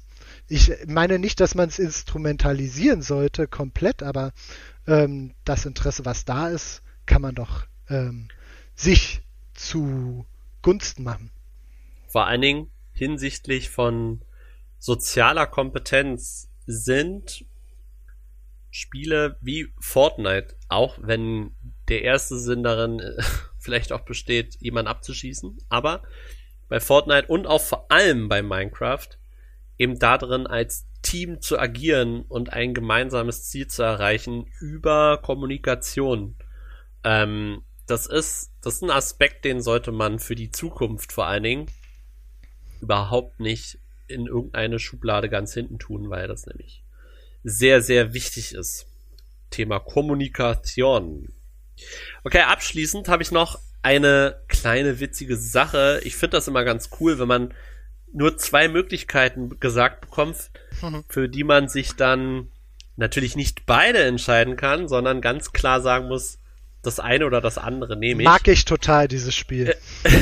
Ich meine nicht, dass man es instrumentalisieren sollte, komplett, aber ähm, das Interesse, was da ist, kann man doch ähm, sich zu Gunsten machen. Vor allen Dingen hinsichtlich von sozialer Kompetenz sind Spiele wie Fortnite, auch wenn der erste Sinn darin äh, vielleicht auch besteht, jemanden abzuschießen, aber bei Fortnite und auch vor allem bei Minecraft eben darin als Team zu agieren und ein gemeinsames Ziel zu erreichen über Kommunikation. Ähm, das ist, das ist ein Aspekt, den sollte man für die Zukunft vor allen Dingen überhaupt nicht in irgendeine Schublade ganz hinten tun, weil das nämlich sehr, sehr wichtig ist. Thema Kommunikation. Okay, abschließend habe ich noch eine kleine witzige Sache. Ich finde das immer ganz cool, wenn man nur zwei Möglichkeiten gesagt bekommt, mhm. für die man sich dann natürlich nicht beide entscheiden kann, sondern ganz klar sagen muss, das eine oder das andere nehme ich. Mag ich total, dieses Spiel.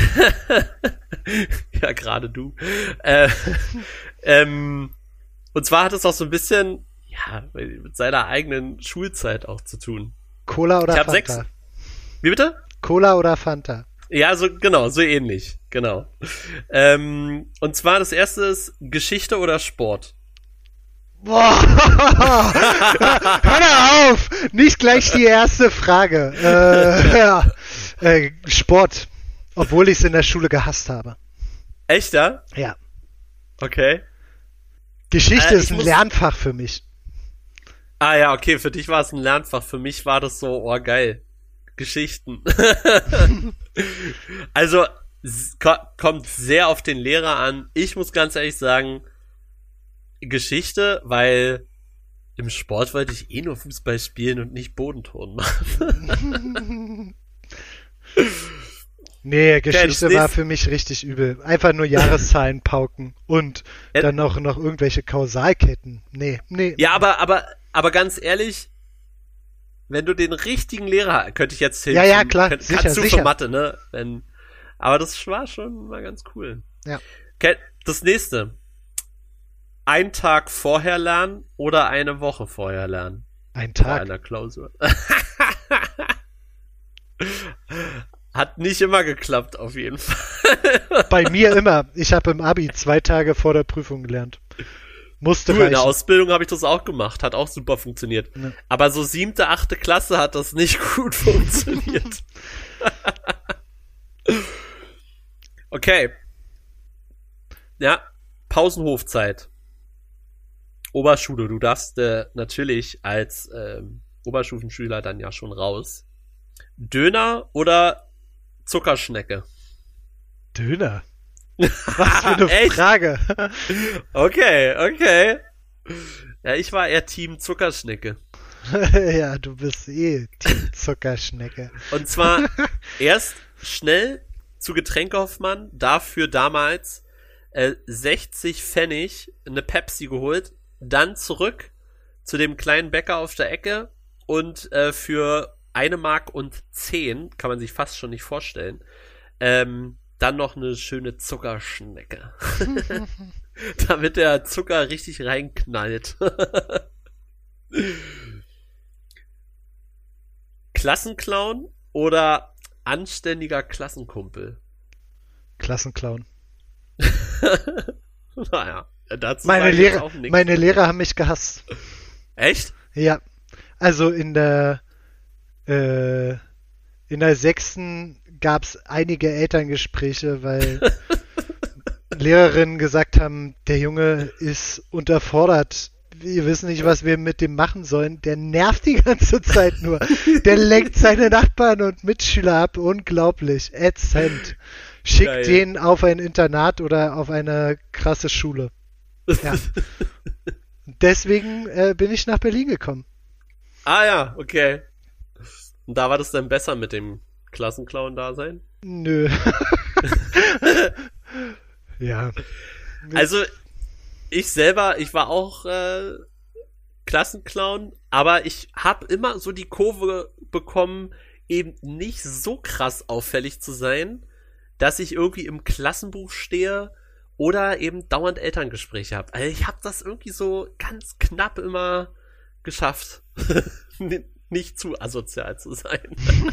Ja, gerade du. Äh, ähm, und zwar hat es auch so ein bisschen ja, mit seiner eigenen Schulzeit auch zu tun. Cola oder ich hab Fanta? Sechs... Wie bitte? Cola oder Fanta? Ja, so genau, so ähnlich, genau. Ähm, und zwar das erste ist Geschichte oder Sport. Boah, hör auf! Nicht gleich die erste Frage. Äh, ja. äh, Sport, obwohl ich es in der Schule gehasst habe. Echt, ja? Ja. Okay. Geschichte äh, ist ein muss... Lernfach für mich. Ah ja, okay, für dich war es ein Lernfach, für mich war das so, oh geil, Geschichten. Also, es ko- kommt sehr auf den Lehrer an. Ich muss ganz ehrlich sagen, Geschichte, weil im Sport wollte ich eh nur Fußball spielen und nicht Bodenturnen machen. Nee, Geschichte okay, war für mich richtig übel. Einfach nur Jahreszahlen pauken und äh, dann noch, noch irgendwelche Kausalketten. Nee, nee. Ja, aber, aber, aber ganz ehrlich, wenn du den richtigen Lehrer, könnte ich jetzt Ja, ja, klar, könnt, sicher, kannst du sicher. für Mathe, ne? Wenn, aber das war schon mal ganz cool. Ja. Okay, das nächste. Ein Tag vorher lernen oder eine Woche vorher lernen? Ein Vor Tag. einer Klausur. Hat nicht immer geklappt, auf jeden Fall. Bei mir immer. Ich habe im Abi zwei Tage vor der Prüfung gelernt. Musste Du, in reichen. der Ausbildung habe ich das auch gemacht, hat auch super funktioniert. Ja. Aber so siebte, achte Klasse hat das nicht gut funktioniert. Okay. Ja, Pausenhofzeit. Oberschule, du darfst äh, natürlich als ähm, Oberstufenschüler dann ja schon raus. Döner oder Zuckerschnecke? Döner. Was für eine Echt? Frage. Okay, okay. Ja, ich war eher Team Zuckerschnecke. Ja, du bist eh Team Zuckerschnecke. Und zwar erst schnell zu Getränkehoffmann, dafür damals äh, sechzig Pfennig eine Pepsi geholt, dann zurück zu dem kleinen Bäcker auf der Ecke und äh, für eine Mark und zehn, kann man sich fast schon nicht vorstellen, ähm, dann noch eine schöne Zuckerschnecke. Damit der Zucker richtig reinknallt. Klassenclown oder anständiger Klassenkumpel? Klassenclown. Naja, dazu Meine sage ich jetzt Lehrer, auch nichts. meine Lehrer haben mich gehasst. Echt? Ja. Also in der äh, in der sechsten gab es einige Elterngespräche, weil Lehrerinnen gesagt haben, der Junge ist unterfordert. Wir wissen nicht, was wir mit dem machen sollen. Der nervt die ganze Zeit nur. Der lenkt seine Nachbarn und Mitschüler ab. Unglaublich. Ätzend. Schickt Geil. den auf ein Internat oder auf eine krasse Schule. Ja. Deswegen äh, bin ich nach Berlin gekommen. Ah ja, okay. Und da war das dann besser mit dem Klassenclown-Dasein? Nö. Ja. Also, ich selber, ich war auch äh, Klassenclown, aber ich habe immer so die Kurve bekommen, eben nicht so krass auffällig zu sein, dass ich irgendwie im Klassenbuch stehe oder eben dauernd Elterngespräche habe. Also ich habe das irgendwie so ganz knapp immer geschafft, nicht zu asozial zu sein.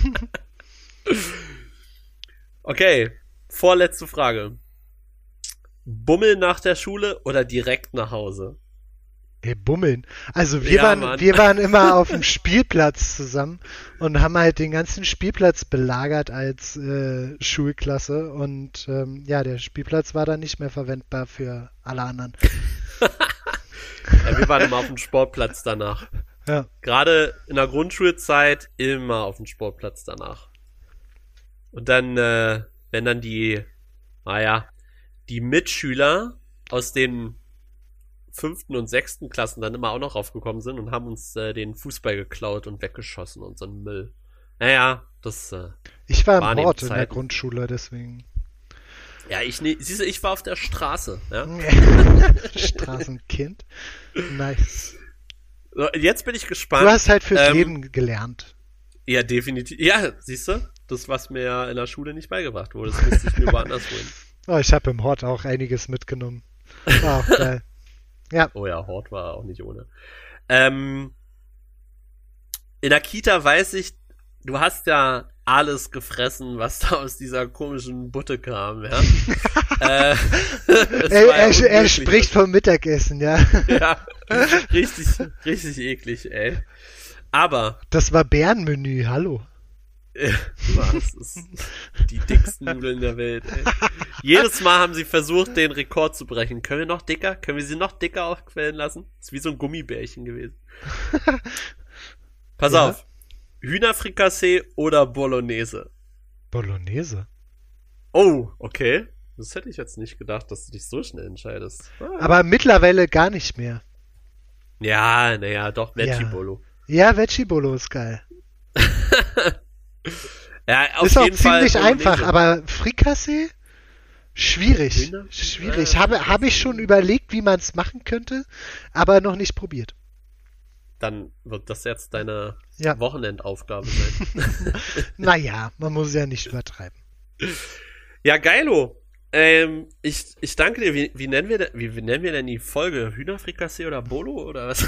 Okay, vorletzte Frage. Bummeln nach der Schule oder direkt nach Hause? Ey, bummeln. Also wir, Ja, waren, Mann. wir waren immer auf dem Spielplatz zusammen und haben halt den ganzen Spielplatz belagert als äh, Schulklasse und ähm, ja, der Spielplatz war dann nicht mehr verwendbar für alle anderen. Ja, wir waren immer auf dem Sportplatz danach. Ja. Gerade in der Grundschulzeit immer auf dem Sportplatz danach. Und dann, äh, wenn dann die, naja, die Mitschüler aus den fünften und sechsten Klassen dann immer auch noch raufgekommen sind und haben uns äh, den Fußball geklaut und weggeschossen und so einen Müll. Naja, das äh, Ich war waren im eben Hort in der Zeiten. Grundschule, deswegen. Ja, ich ne, siehst du, ich war auf der Straße. Ja? Straßenkind. Nice. So, jetzt bin ich gespannt. Du hast halt fürs Ähm, Leben gelernt. Ja, definitiv. Ja, siehst du, das, was mir ja in der Schule nicht beigebracht wurde, das müsste ich mir woanders holen. Oh, ich habe im Hort auch einiges mitgenommen. War auch geil. Ja. Oh ja, Hort war auch nicht ohne. Ähm, in der Kita weiß ich, du hast ja alles gefressen, was da aus dieser komischen Butte kam, ja. äh, es Er, war ja er, er unmöglich. spricht vom Mittagessen, ja. Ja, richtig, richtig eklig, ey. Aber, Das war Bärenmenü, hallo. äh, was ist die dicksten Nudeln der Welt, ey. Jedes Mal haben sie versucht, den Rekord zu brechen. Können wir noch dicker? Können wir sie noch dicker aufquellen lassen? Ist wie so ein Gummibärchen gewesen. Pass Ja. auf. Hühnerfrikassee oder Bolognese? Bolognese. Oh, okay. Das hätte ich jetzt nicht gedacht, dass du dich so schnell entscheidest. Ah. Aber mittlerweile gar nicht mehr. Ja, naja, doch, Veggie-Bolo. Ja, Veggie-Bolo ist geil. Ja, auf Ist auch jeden Fall ziemlich Bolognese. einfach, aber Frikassee? Schwierig. Hühner? Schwierig. Ja, Habe, habe ich schon überlegt, wie man es machen könnte, aber noch nicht probiert. Dann wird das jetzt deine Ja. Wochenendaufgabe sein. Naja, man muss ja nicht übertreiben. Ja, geilo. Ähm, ich, ich danke dir. Wie, wie, nennen wir de, wie, wie nennen wir denn die Folge? Hühnerfrikassee oder Bolo oder was?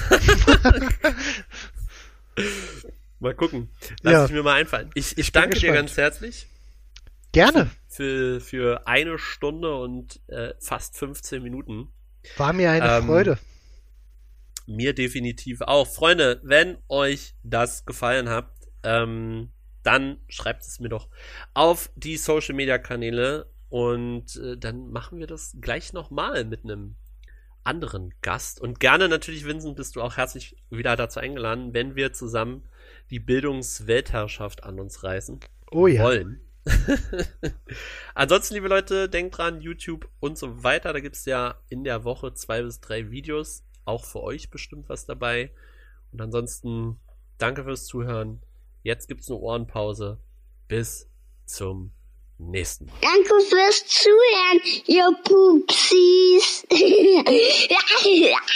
Mal gucken. Lass Ja. ich mir mal einfallen. Ich, ich, Ich bin danke dir gespannt. ganz herzlich Gerne. für, für eine Stunde und äh, fast fünfzehn Minuten. War mir eine Ähm, Freude. Mir definitiv auch. Freunde, wenn euch das gefallen hat, ähm, dann schreibt es mir doch auf die Social Media Kanäle und äh, dann machen wir das gleich nochmal mit einem anderen Gast. Und gerne natürlich, Vincent, bist du auch herzlich wieder dazu eingeladen, wenn wir zusammen die Bildungsweltherrschaft an uns reißen Oh ja. wollen. Ansonsten, liebe Leute, denkt dran, YouTube und so weiter. Da gibt es ja in der Woche zwei bis drei Videos. Auch für euch bestimmt was dabei. Und ansonsten, danke fürs Zuhören. Jetzt gibt's eine Ohrenpause. Bis zum nächsten Mal. Danke fürs Zuhören, ihr Pupsis.